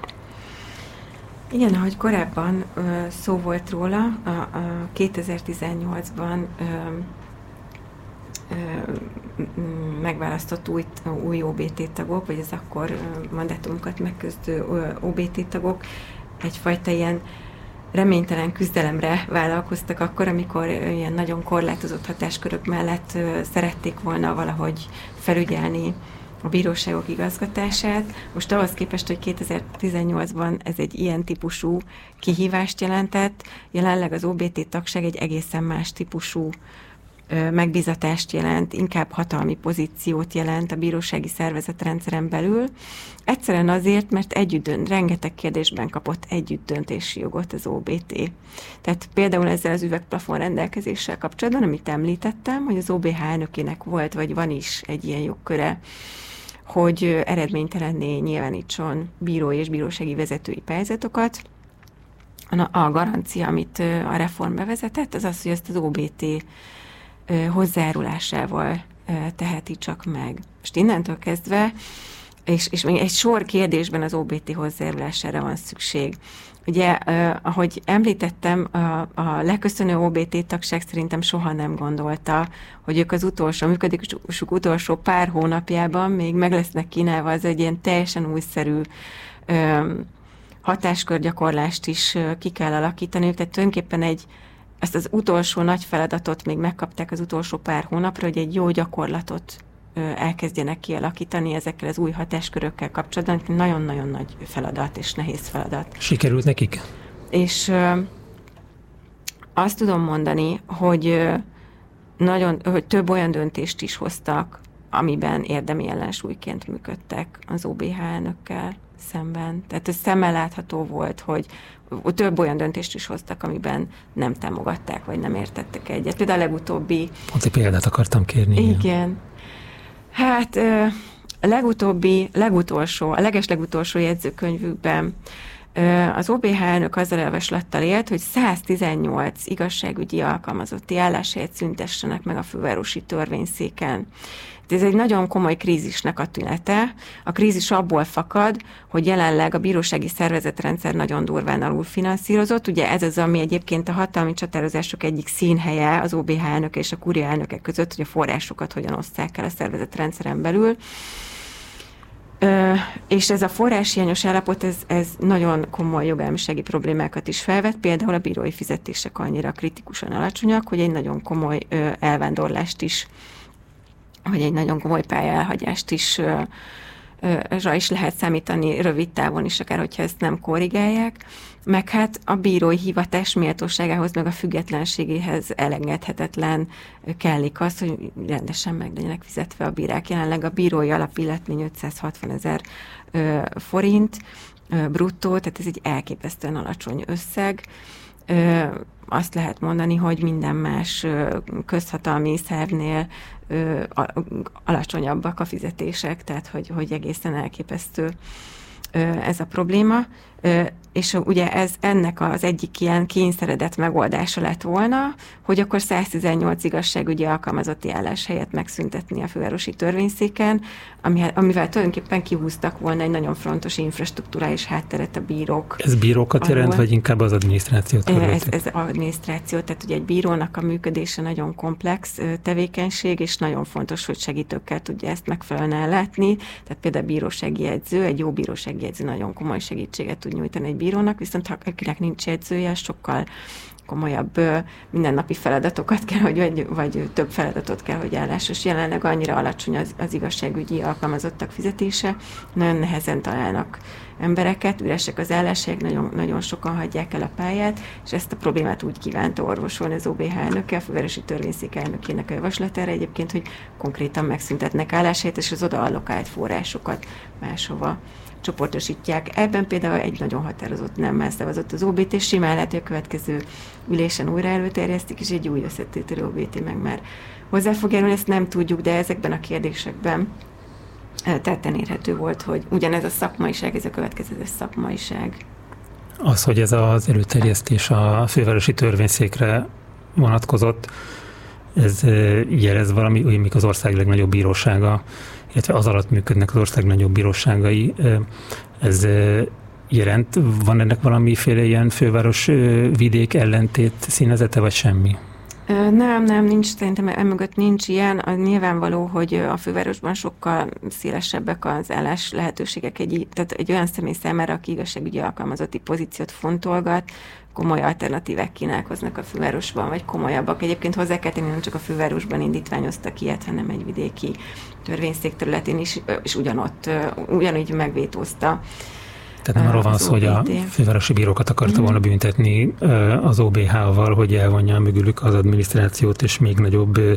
Igen, ahogy korábban szó volt róla, a 2018-ban megválasztott új OBT tagok, vagy az akkor mandátumokat megközdő OBT tagok egyfajta ilyen reménytelen küzdelemre vállalkoztak akkor, amikor ilyen nagyon korlátozott hatáskörök mellett szerették volna valahogy felügyelni a bíróságok igazgatását. Most ahhoz képest, hogy 2018-ban ez egy ilyen típusú kihívást jelentett, jelenleg az OBT tagság egy egészen más típusú megbízatást jelent, inkább hatalmi pozíciót jelent a bírósági szervezetrendszeren belül. Egyszerűen azért, mert rengeteg kérdésben kapott együttdöntési jogot az OBT. Tehát például ezzel az üvegplafon rendelkezéssel kapcsolatban, amit említettem, hogy az OBH elnökének volt, vagy van is egy ilyen jogköre, hogy eredménytelenné nyilvánítson bírói és bírósági vezetői pályázatokat. A garancia, amit a reform bevezetett, az az, hogy ezt az OBT hozzájárulásával teheti csak meg. Most innentől kezdve, és még egy sor kérdésben az OBT hozzájárulására van szükség. Ugye, ahogy említettem, a leköszönő OBT tagság szerintem soha nem gondolta, hogy ők az működésük utolsó pár hónapjában még meg lesznek kínálva az egy ilyen teljesen újszerű hatáskörgyakorlást is ki kell alakítani. Tehát tulajdonképpen ezt az utolsó nagy feladatot még megkapták az utolsó pár hónapra, hogy egy jó gyakorlatot elkezdjenek kialakítani ezekkel az új hatáskörökkel kapcsolatban. Nagyon-nagyon nagy feladat és nehéz feladat. Sikerült nekik? És azt tudom mondani, hogy több olyan döntést is hoztak, amiben érdemi ellensúlyként működtek az OBH elnökkel szemben. Tehát ez szemmel látható volt, hogy több olyan döntést is hoztak, amiben nem támogatták, vagy nem értettek egyet. Például a legutóbbi... Pont egy példát akartam kérni. Igen. Hát a legeslegutolsó jegyzőkönyvükben az OBH elnök azzal a javaslattal élt, hogy 118 igazságügyi alkalmazotti álláshelyet szüntessenek meg a fővárosi törvényszéken. Ez egy nagyon komoly krízisnek a tünete. A krízis abból fakad, hogy jelenleg a bírósági szervezetrendszer nagyon durván alulfinanszírozott. Ugye ez az, ami egyébként a hatalmi csatározások egyik színhelye az OBH elnöke és a kuria elnöke között, hogy a forrásokat hogyan osztják el a szervezetrendszeren belül. És ez a forráshiányos állapot, ez nagyon komoly jogállamisági problémákat is felvet, például a bírói fizetések annyira kritikusan alacsonyak, hogy egy nagyon komoly elvándorlást is, vagy egy nagyon komoly pályaelhagyást is lehet számítani rövid távon is, akár hogyha ezt nem korrigálják, meg hát a bírói hivatás méltóságához, meg a függetlenségéhez elengedhetetlen kellik az, hogy rendesen meg legyenek fizetve a bírák. Jelenleg a bírói alapilletmény 560 000 forint bruttó, tehát ez egy elképesztően alacsony összeg. Azt lehet mondani, hogy minden más közhatalmi szervnél alacsonyabbak a fizetések, tehát hogy egészen elképesztő ez a probléma. És ugye ez ennek az egyik ilyen kényszeredett megoldása lett volna, hogy akkor 118 igazságügyi alkalmazotti álláshelyet megszüntetni a fővárosi törvényszéken, amivel tulajdonképpen kihúztak volna egy nagyon fontos infrastruktúrális hátteret a bírók. Ez bírókat jelent, vagy inkább az adminisztrációt? Ez adminisztráció, tehát ugye egy bírónak a működése nagyon komplex tevékenység, és nagyon fontos, hogy segítőkkel tudja ezt megfelelően ellátni. Tehát például a bírósági jegyző, egy jó bírósági jegyző nagyon komoly segítséget tud nyújtani egy bírónak, viszont ha akinek nincs jegyzője, sokkal komolyabb mindennapi feladatokat kell, vagy több feladatot kell, hogy állásos. Jelenleg annyira alacsony az igazságügyi alkalmazottak fizetése, nagyon nehezen találnak embereket, üresek az álláshelyek, nagyon, nagyon sokan hagyják el a pályát, és ezt a problémát úgy kívánta orvosolni az OBH elnöke, a fővárosi törvényszék elnökének a javaslatára egyébként, hogy konkrétan megszüntetnek álláshelyet, és az oda allokált forrásokat máshova csoportosítják. Ebben például egy nagyon határozott nemmel szavazott az OBT, és simán lehet, hogy a következő ülésen újra előterjesztik, és egy új összetételű OBT meg már hozzá fog járulni, ezt nem tudjuk, de ezekben a kérdésekben tetten érhető volt, hogy ugyanez a szakmaiság, ez a következő szakmaiság. Az, hogy ez az előterjesztés a fővárosi törvényszékre vonatkozott, ez jelez valami, olyan, az ország legnagyobb bírósága, illetve az alatt működnek az ország nagyobb bíróságai. Ez jelent, van ennek valamiféle ilyen főváros vidék ellentét színezete, vagy semmi? Nem, nincs, szerintem emögött nincs ilyen. Az nyilvánvaló, hogy a fővárosban sokkal szélesebbek az állás lehetőségek, tehát egy olyan személy számára, aki igazságügyi alkalmazotti pozíciót fontolgat, komoly alternatívák kínálkoznak a fővárosban, vagy komolyabbak. Egyébként hozzá kell tenni, nem csak a fővárosban indítványoztak ilyet, hanem egy vidéki törvényszék területén is, és ugyanúgy megvétózta. Tehát nem arról van szó, hogy a fővárosi bírókat akarta volna büntetni az OBH-val, hogy elvonja mögülük az adminisztrációt, és még nagyobb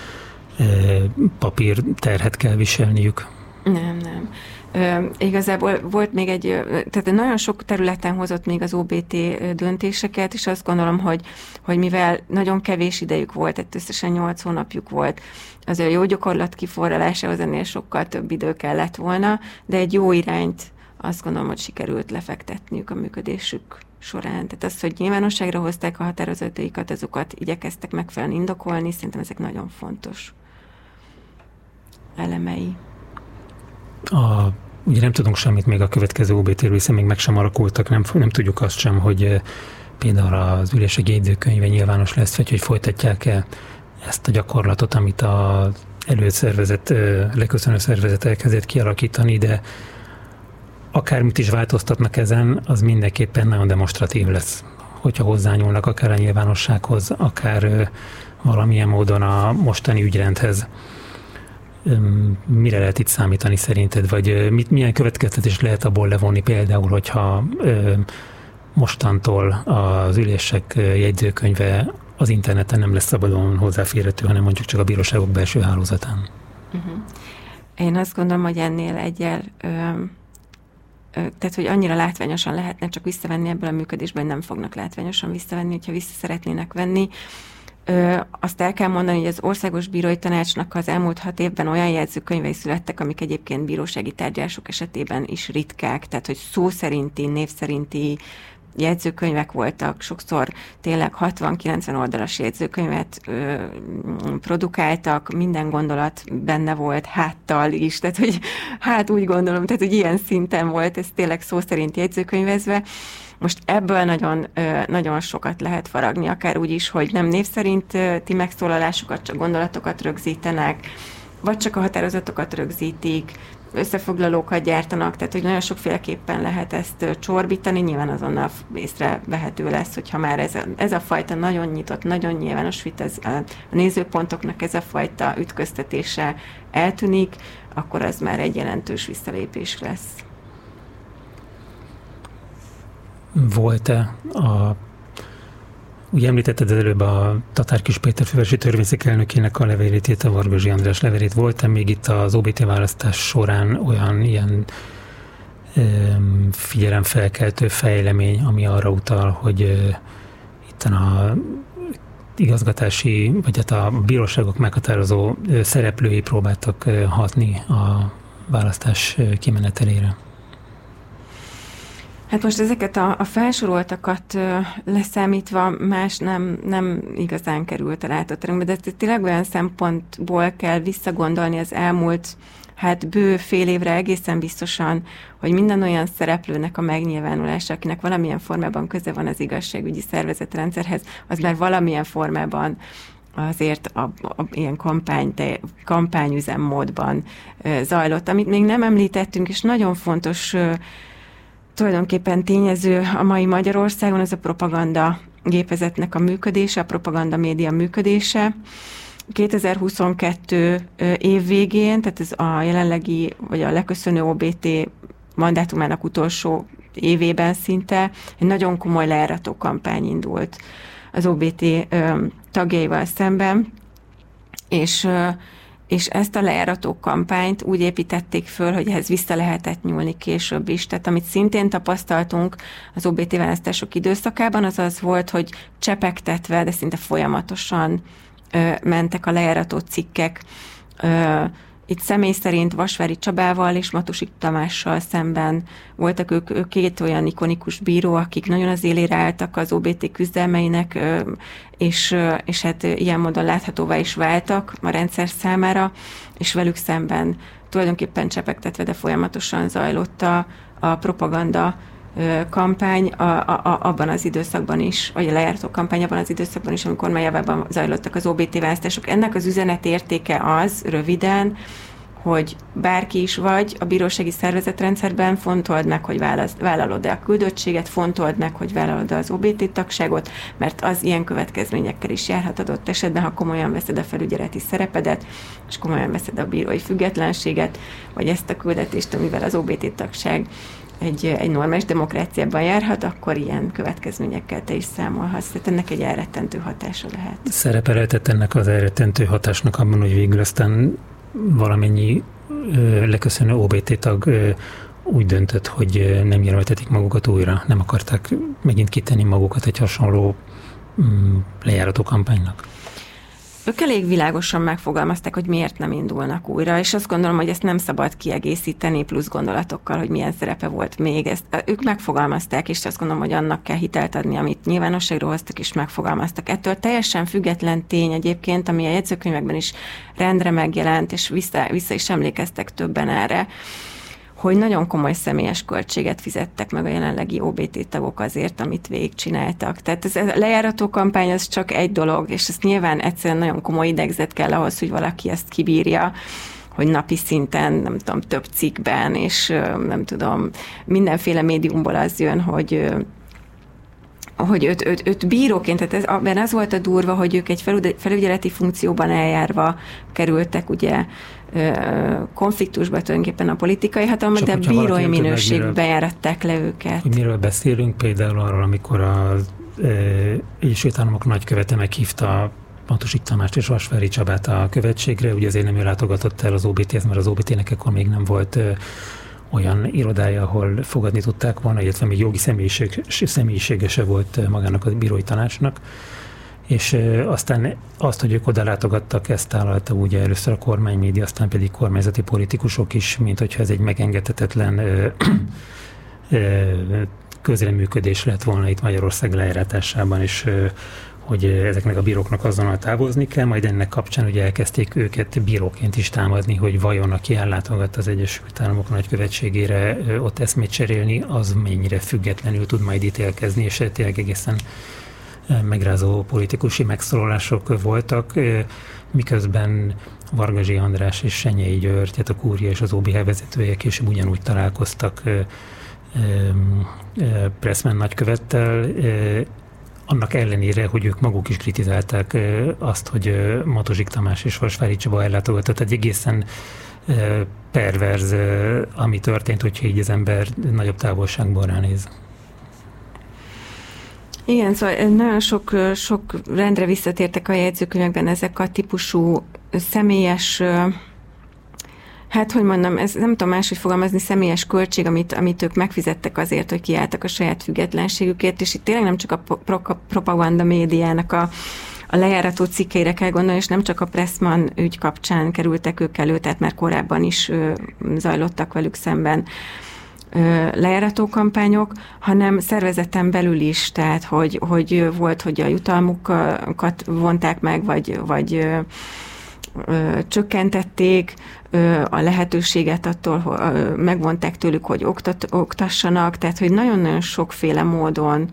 papír terhet kell viselniük. Nem. Igazából volt még tehát nagyon sok területen hozott még az OBT döntéseket, és azt gondolom, hogy mivel nagyon kevés idejük volt, tehát összesen 8 hónapjuk volt, az a jó gyakorlat kiforralásához ennél sokkal több idő kellett volna, de egy jó irányt azt gondolom, hogy sikerült lefektetniük a működésük során. Tehát az, hogy nyilvánosságra hozták a határozataikat, azokat igyekeztek megfelelően indokolni, szerintem ezek nagyon fontos elemei. Ugye nem tudunk semmit még a következő OBT-ről, hiszen még meg sem alakultak, nem tudjuk azt sem, hogy például az ülések jegyzőkönyve nyilvános lesz, vagy hogy folytatják-e ezt a gyakorlatot, amit az előszervezet, leköszönő szervezet elkezdett kialakítani, de akármit is változtatnak ezen, az mindenképpen nagyon demonstratív lesz, hogyha hozzányúlnak akár a nyilvánossághoz, akár valamilyen módon a mostani ügyrendhez. Mire lehet itt számítani szerinted, vagy milyen következtetés lehet abból levonni például, hogyha mostantól az ülések jegyzőkönyve az interneten nem lesz szabadon hozzáférhető, hanem mondjuk csak a bíróságok belső hálózatán? Én azt gondolom, hogy ennél tehát, hogy annyira látványosan lehetne csak visszavenni ebből a működésből, hogy nem fognak látványosan visszavenni, hogyha vissza szeretnének venni. Azt el kell mondani, hogy az Országos Bírói Tanácsnak az elmúlt 6 évben olyan jegyzőkönyvei születtek, amik egyébként bírósági tárgyalások esetében is ritkák, tehát hogy szó szerinti, név szerinti jegyzőkönyvek voltak, sokszor tényleg 60-90 oldalas jegyzőkönyvet produkáltak, minden gondolat benne volt, háttal is, tehát hogy úgy gondolom, tehát hogy ilyen szinten volt ez tényleg szó szerint jegyzőkönyvezve. Most ebből nagyon, nagyon sokat lehet faragni, akár úgy is, hogy nem név szerinti megszólalásokat, csak gondolatokat rögzítenek, vagy csak a határozatokat rögzítik, összefoglalókat gyártanak, tehát hogy nagyon sokféleképpen lehet ezt csorbítani, nyilván azonnal észrevehető lesz, hogyha már ez a fajta nagyon nyitott, nagyon nyilvános vita, a nézőpontoknak ez a fajta ütköztetése eltűnik, akkor az már egy jelentős visszalépés lesz. Volt-e ugye említetted előbb a Tatár Kis Péter fővárosi törvényszék elnökének a levelét, a Vargazsi András levelét. Volt-e még itt az OBT választás során olyan ilyen figyelemfelkeltő fejlemény, ami arra utal, hogy itt a igazgatási, vagy hát a bíróságok meghatározó szereplői próbáltak hatni a választás kimenetelére? Hát most ezeket a felsoroltakat leszámítva más nem igazán került a látóterünkbe, de tényleg olyan szempontból kell visszagondolni az elmúlt bő fél évre egészen biztosan, hogy minden olyan szereplőnek a megnyilvánulása, akinek valamilyen formában köze van az igazságügyi szervezetrendszerhez, az már valamilyen formában azért ilyen kampányüzemmódban zajlott. Amit még nem említettünk, és nagyon fontos tulajdonképpen tényező a mai Magyarországon, az a propaganda gépezetnek a működése, a propaganda média működése. 2022 év végén, tehát ez a jelenlegi, vagy a leköszönő OBT mandátumának utolsó évében szinte egy nagyon komoly lejárató kampány indult az OBT tagjaival szemben, és ezt a lejárató kampányt úgy építették föl, hogy ehhez vissza lehetett nyúlni később is. Tehát amit szintén tapasztaltunk az OBT választások időszakában, az az volt, hogy csepegtetve, de szinte folyamatosan mentek a lejárató cikkek. Itt személy szerint Vasvári Csabával és Matusi Tamással szemben voltak ők két olyan ikonikus bíró, akik nagyon az élére álltak az OBT küzdelmeinek, és hát ilyen módon láthatóvá is váltak a rendszer számára, és velük szemben tulajdonképpen csepegtetve, de folyamatosan zajlott a propaganda kampány abban az időszakban is, vagy a lejárató kampány abban az időszakban is, amikor Majavában zajlottak az OBT választások. Ennek az üzenet értéke az, röviden, hogy bárki is vagy, a bírósági szervezetrendszerben fontold meg, hogy vállalod-e a küldöttséget, fontold meg, hogy vállalod-e az OBT tagságot, mert az ilyen következményekkel is járhat adott esetben, ha komolyan veszed a felügyeleti szerepedet, és komolyan veszed a bírói függetlenséget, vagy ezt a küldetést, amivel az OBT tagság egy normális demokráciában járhat, akkor ilyen következményekkel te is számolhatsz. Tehát ennek egy elrettentő hatása lehet. Szerepelhetett ennek az elrettentő hatásnak abban, hogy végül aztán valamennyi leköszönő OBT tag úgy döntött, hogy nem jelöltetik magukat újra. Nem akarták megint kitenni magukat egy hasonló lejárató kampánynak. Ők elég világosan megfogalmazták, hogy miért nem indulnak újra, és azt gondolom, hogy ezt nem szabad kiegészíteni plusz gondolatokkal, hogy milyen szerepe volt még. Ők megfogalmazták, és azt gondolom, hogy annak kell hitelt adni, amit nyilvánosságra hoztak, és megfogalmaztak. Ettől teljesen független tény egyébként, ami a jegyzőkönyvekben is rendre megjelent, és vissza is emlékeztek többen erre, hogy nagyon komoly személyes költséget fizettek meg a jelenlegi OBT tagok azért, amit végigcsináltak. Tehát ez a lejárató kampány az csak egy dolog, és ez nyilván egyszerűen nagyon komoly idegzet kell ahhoz, hogy valaki ezt kibírja, hogy napi szinten, nem tudom, több cikkben, és nem tudom, mindenféle médiumból az jön, hogy őt bíróként, tehát benne az volt a durva, hogy ők egy felügyeleti funkcióban eljárva kerültek, ugye konfliktusba tulajdonképpen a politikai hatalmat, de bírói minőségben járatták le őket. Hogy miről beszélünk? Például arról, amikor az Egyesült Államok nagykövete meghívta Matosik Tamást és Vasvári Csabát a követségre, ugye azért nem ő látogatott el az OBT-hez, mert az OBT-nek akkor még nem volt olyan irodája, ahol fogadni tudták volna, illetve még jogi személyisége se volt magának a bírói tanácsnak. És aztán azt, hogy ők oda látogattak, ezt tálalta ugye először a kormánymédia, aztán pedig kormányzati politikusok is, mint hogyha ez egy megengedhetetlen közreműködés lett volna itt Magyarország lejárátásában, és hogy ezeknek a bíróknak azonnal távozni kell, majd ennek kapcsán ugye elkezdték őket bíróként is támadni, hogy vajon aki ellátogat az Egyesült Államok nagykövetségére ott eszmét cserélni, az mennyire függetlenül tud majd ítélkezni, és tényleg egészen megrázó politikusi megszólalások voltak, miközben Varga Zsé András és Senyei György, tehát a Kúria és az OBH vezetője később ugyanúgy találkoztak Pressman nagykövettel, annak ellenére, hogy ők maguk is kritizálták azt, hogy Matosik Tamás és Vasvári Csaba ellátogatott. Egy egészen perverz, ami történt, hogyha így az ember nagyobb távolságból ránéz. Igen, szóval nagyon sok rendre visszatértek a jegyzőkönyvekben ezek a típusú személyes, hát hogy mondom, ez nem tudom máshogy fogalmazni, személyes költség, amit ők megfizettek azért, hogy kiálltak a saját függetlenségükért, és itt tényleg nem csak a propaganda médiának a lejárató cikkeire kell gondolni, és nem csak a Pressman ügy kapcsán kerültek ők elő, tehát már korábban is zajlottak velük szemben lejárató kampányok, hanem szervezeten belül is, tehát hogy volt, hogy a jutalmukat vonták meg, vagy csökkentették a lehetőséget attól, megvonták tőlük, hogy oktassanak, tehát hogy nagyon-nagyon sokféle módon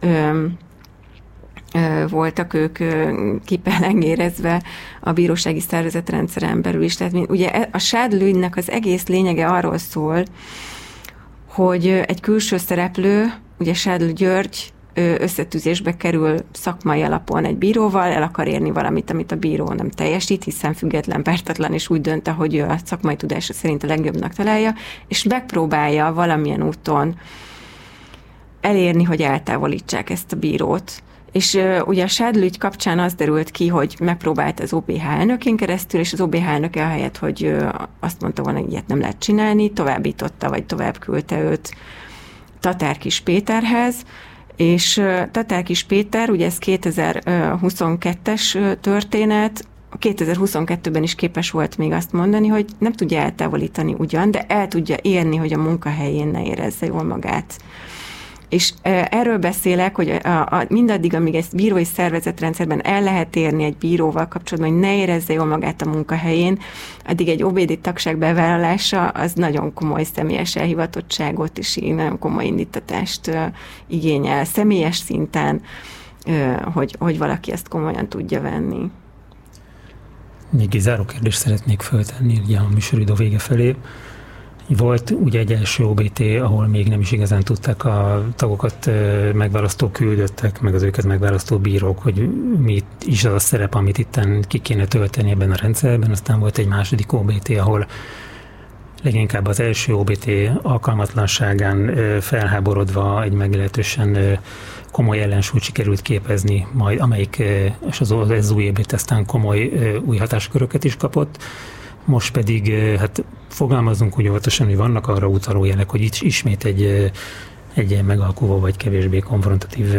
voltak ők kipellengérezve a bírósági szervezetrendszeren belül is. Tehát ugye a Sádl ügynek az egész lényege arról szól, hogy egy külső szereplő, ugye Sádl György összetűzésbe kerül szakmai alapon egy bíróval, el akar érni valamit, amit a bíró nem teljesít, hiszen független, pártatlan, és úgy dönt, hogy ő a szakmai tudása szerint a legjobbnak találja, és megpróbálja valamilyen úton elérni, hogy eltávolítsák ezt a bírót. És ugye a Sádl ügy kapcsán az derült ki, hogy megpróbált az OBH elnökén keresztül, és az OBH elnöke ahelyett, hogy azt mondta volna, hogy ilyet nem lehet csinálni, továbbította, vagy tovább küldte őt Tatár Kis Péterhez, és Tatár Kis Péter, ugye ez 2022-es történet, 2022-ben is képes volt még azt mondani, hogy nem tudja eltávolítani ugyan, de el tudja érni, hogy a munkahelyén ne érezze jól magát És erről beszélek, hogy mindaddig, amíg ezt bírói szervezetrendszerben el lehet érni egy bíróval kapcsolatban, hogy ne érezze jól magát a munkahelyén, addig egy OBD tagság bevállalása az nagyon komoly személyes elhivatottságot és nagyon komoly indítatást igényel személyes szinten, hogy valaki ezt komolyan tudja venni. Még egy záró kérdést szeretnék föltenni ugye a műsoridő vége felé. Volt ugye egy első OBT, ahol még nem is igazán tudták a tagokat megválasztó küldöttek, meg az őket megválasztó bírók, hogy mi is az a szerep, amit itten ki kéne tölteni ebben a rendszerben. Aztán volt egy második OBT, ahol leginkább az első OBT alkalmatlanságán felháborodva egy meglehetősen komoly ellensúlyt sikerült képezni, majd amelyik, és az új OBT aztán komoly új hatásköröket is kapott. Most pedig, hát fogalmazunk úgy óvatosan, hogy vannak arra utaló jelek, hogy itt ismét egy megalkuló vagy kevésbé konfrontatív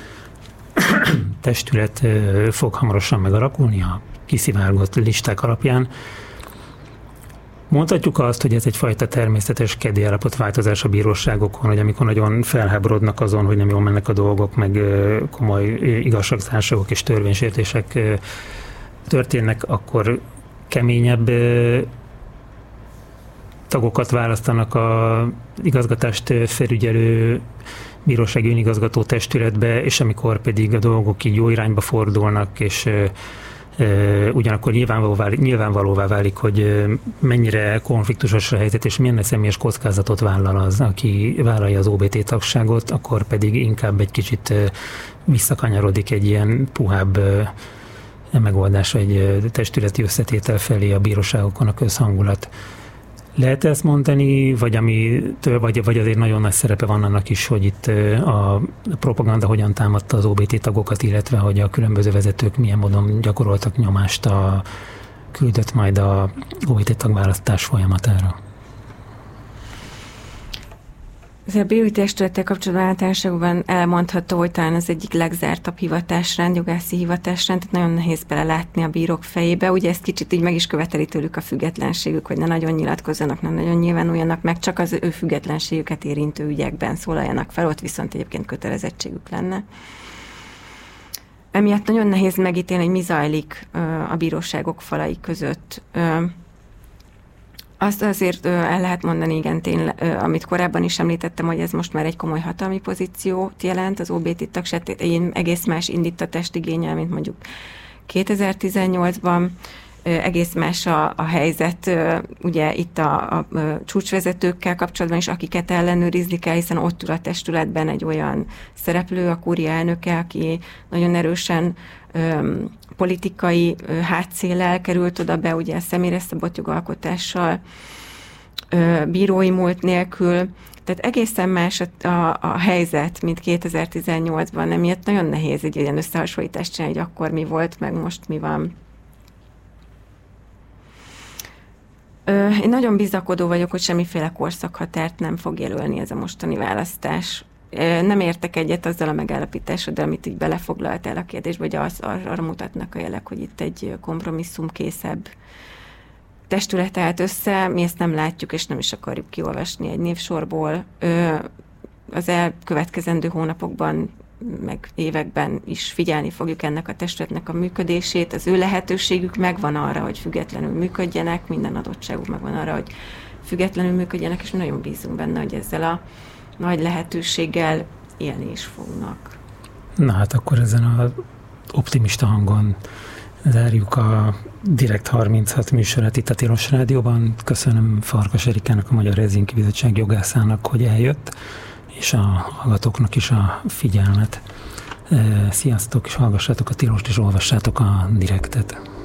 testület fog hamarosan megalakulni a kiszivárgott listák alapján. Mondhatjuk azt, hogy ez egyfajta természetes kedélyállapotváltozás a bíróságokon, hogy amikor nagyon felháborodnak azon, hogy nem jól mennek a dolgok, meg komoly igazságtalanságok és törvénysértések történnek, akkor keményebb tagokat választanak a igazgatást felügyelő bírósági önigazgató testületbe, és amikor pedig a dolgok így jó irányba fordulnak, és ugyanakkor nyilvánvalóvá válik, hogy mennyire konfliktusos a helyzet, és milyen személyes kockázatot vállal az, aki vállalja az OBT tagságot, akkor pedig inkább egy kicsit visszakanyarodik egy ilyen puhább megoldás, egy testületi összetétel felé a bíróságokon a közhangulat. Lehet ezt mondani, vagy azért nagyon nagy szerepe van annak is, hogy itt a propaganda hogyan támadta az OBT tagokat, illetve hogy a különböző vezetők milyen módon gyakoroltak nyomást küldött majd a OBT tagválasztás folyamatára? A bírói testülettel kapcsolatban általánosságban elmondható, hogy talán az egyik legzártabb hivatásrend, jogászi hivatásrend, tehát nagyon nehéz belelátni a bírók fejébe. Ugye ezt kicsit így meg is követeli tőlük a függetlenségük, hogy ne nagyon nyilatkozzanak, ne nagyon nyilvánuljanak meg, csak az ő függetlenségüket érintő ügyekben szólaljanak fel, ott viszont egyébként kötelezettségük lenne. Emiatt nagyon nehéz megítélni, hogy mi zajlik a bíróságok falai között. Azt azért el lehet mondani, igen, tényleg, amit korábban is említettem, hogy ez most már egy komoly hatalmi pozíciót jelent, az OBT tagság egy egész más indítatást igényel, mint mondjuk 2018-ban. Egész más a helyzet, ugye itt a csúcsvezetőkkel kapcsolatban is, akiket ellenőrizni kell, hiszen ott ül a testületben egy olyan szereplő, a kúria elnöke, aki nagyon erősen politikai hátszéllel került oda be, ugye személyre szabott jogalkotással, bírói múlt nélkül, tehát egészen más a helyzet, mint 2018-ban, emiatt nagyon nehéz egy ilyen összehasonlítást csinálni, hogy akkor mi volt, meg most mi van. Én nagyon bizakodó vagyok, hogy semmiféle korszakhatárt nem fog jelölni ez a mostani választás. Nem értek egyet azzal a megállapításoddal, amit így belefoglaltál a kérdésbe, hogy arra mutatnak a jelek, hogy itt egy kompromisszumkészebb testület állt össze. Mi ezt nem látjuk, és nem is akarjuk kiolvasni egy névsorból. Az elkövetkezendő hónapokban, meg években is figyelni fogjuk ennek a testületnek a működését. Az ő lehetőségük megvan arra, hogy függetlenül működjenek, minden adottságuk megvan arra, hogy függetlenül működjenek, és mi nagyon bízunk benne, hogy ezzel a nagy lehetőséggel élni is fognak. Na hát akkor ezen az optimista hangon zárjuk a Direkt 36 műsorát itt a Tilos Rádióban. Köszönöm Farkas Erikának, a Magyar Helsinki Bizottság jogászának, hogy eljött, és a hallgatóknak is a figyelmet. Sziasztok, és hallgassátok a Tilost, és olvassátok a Direktet.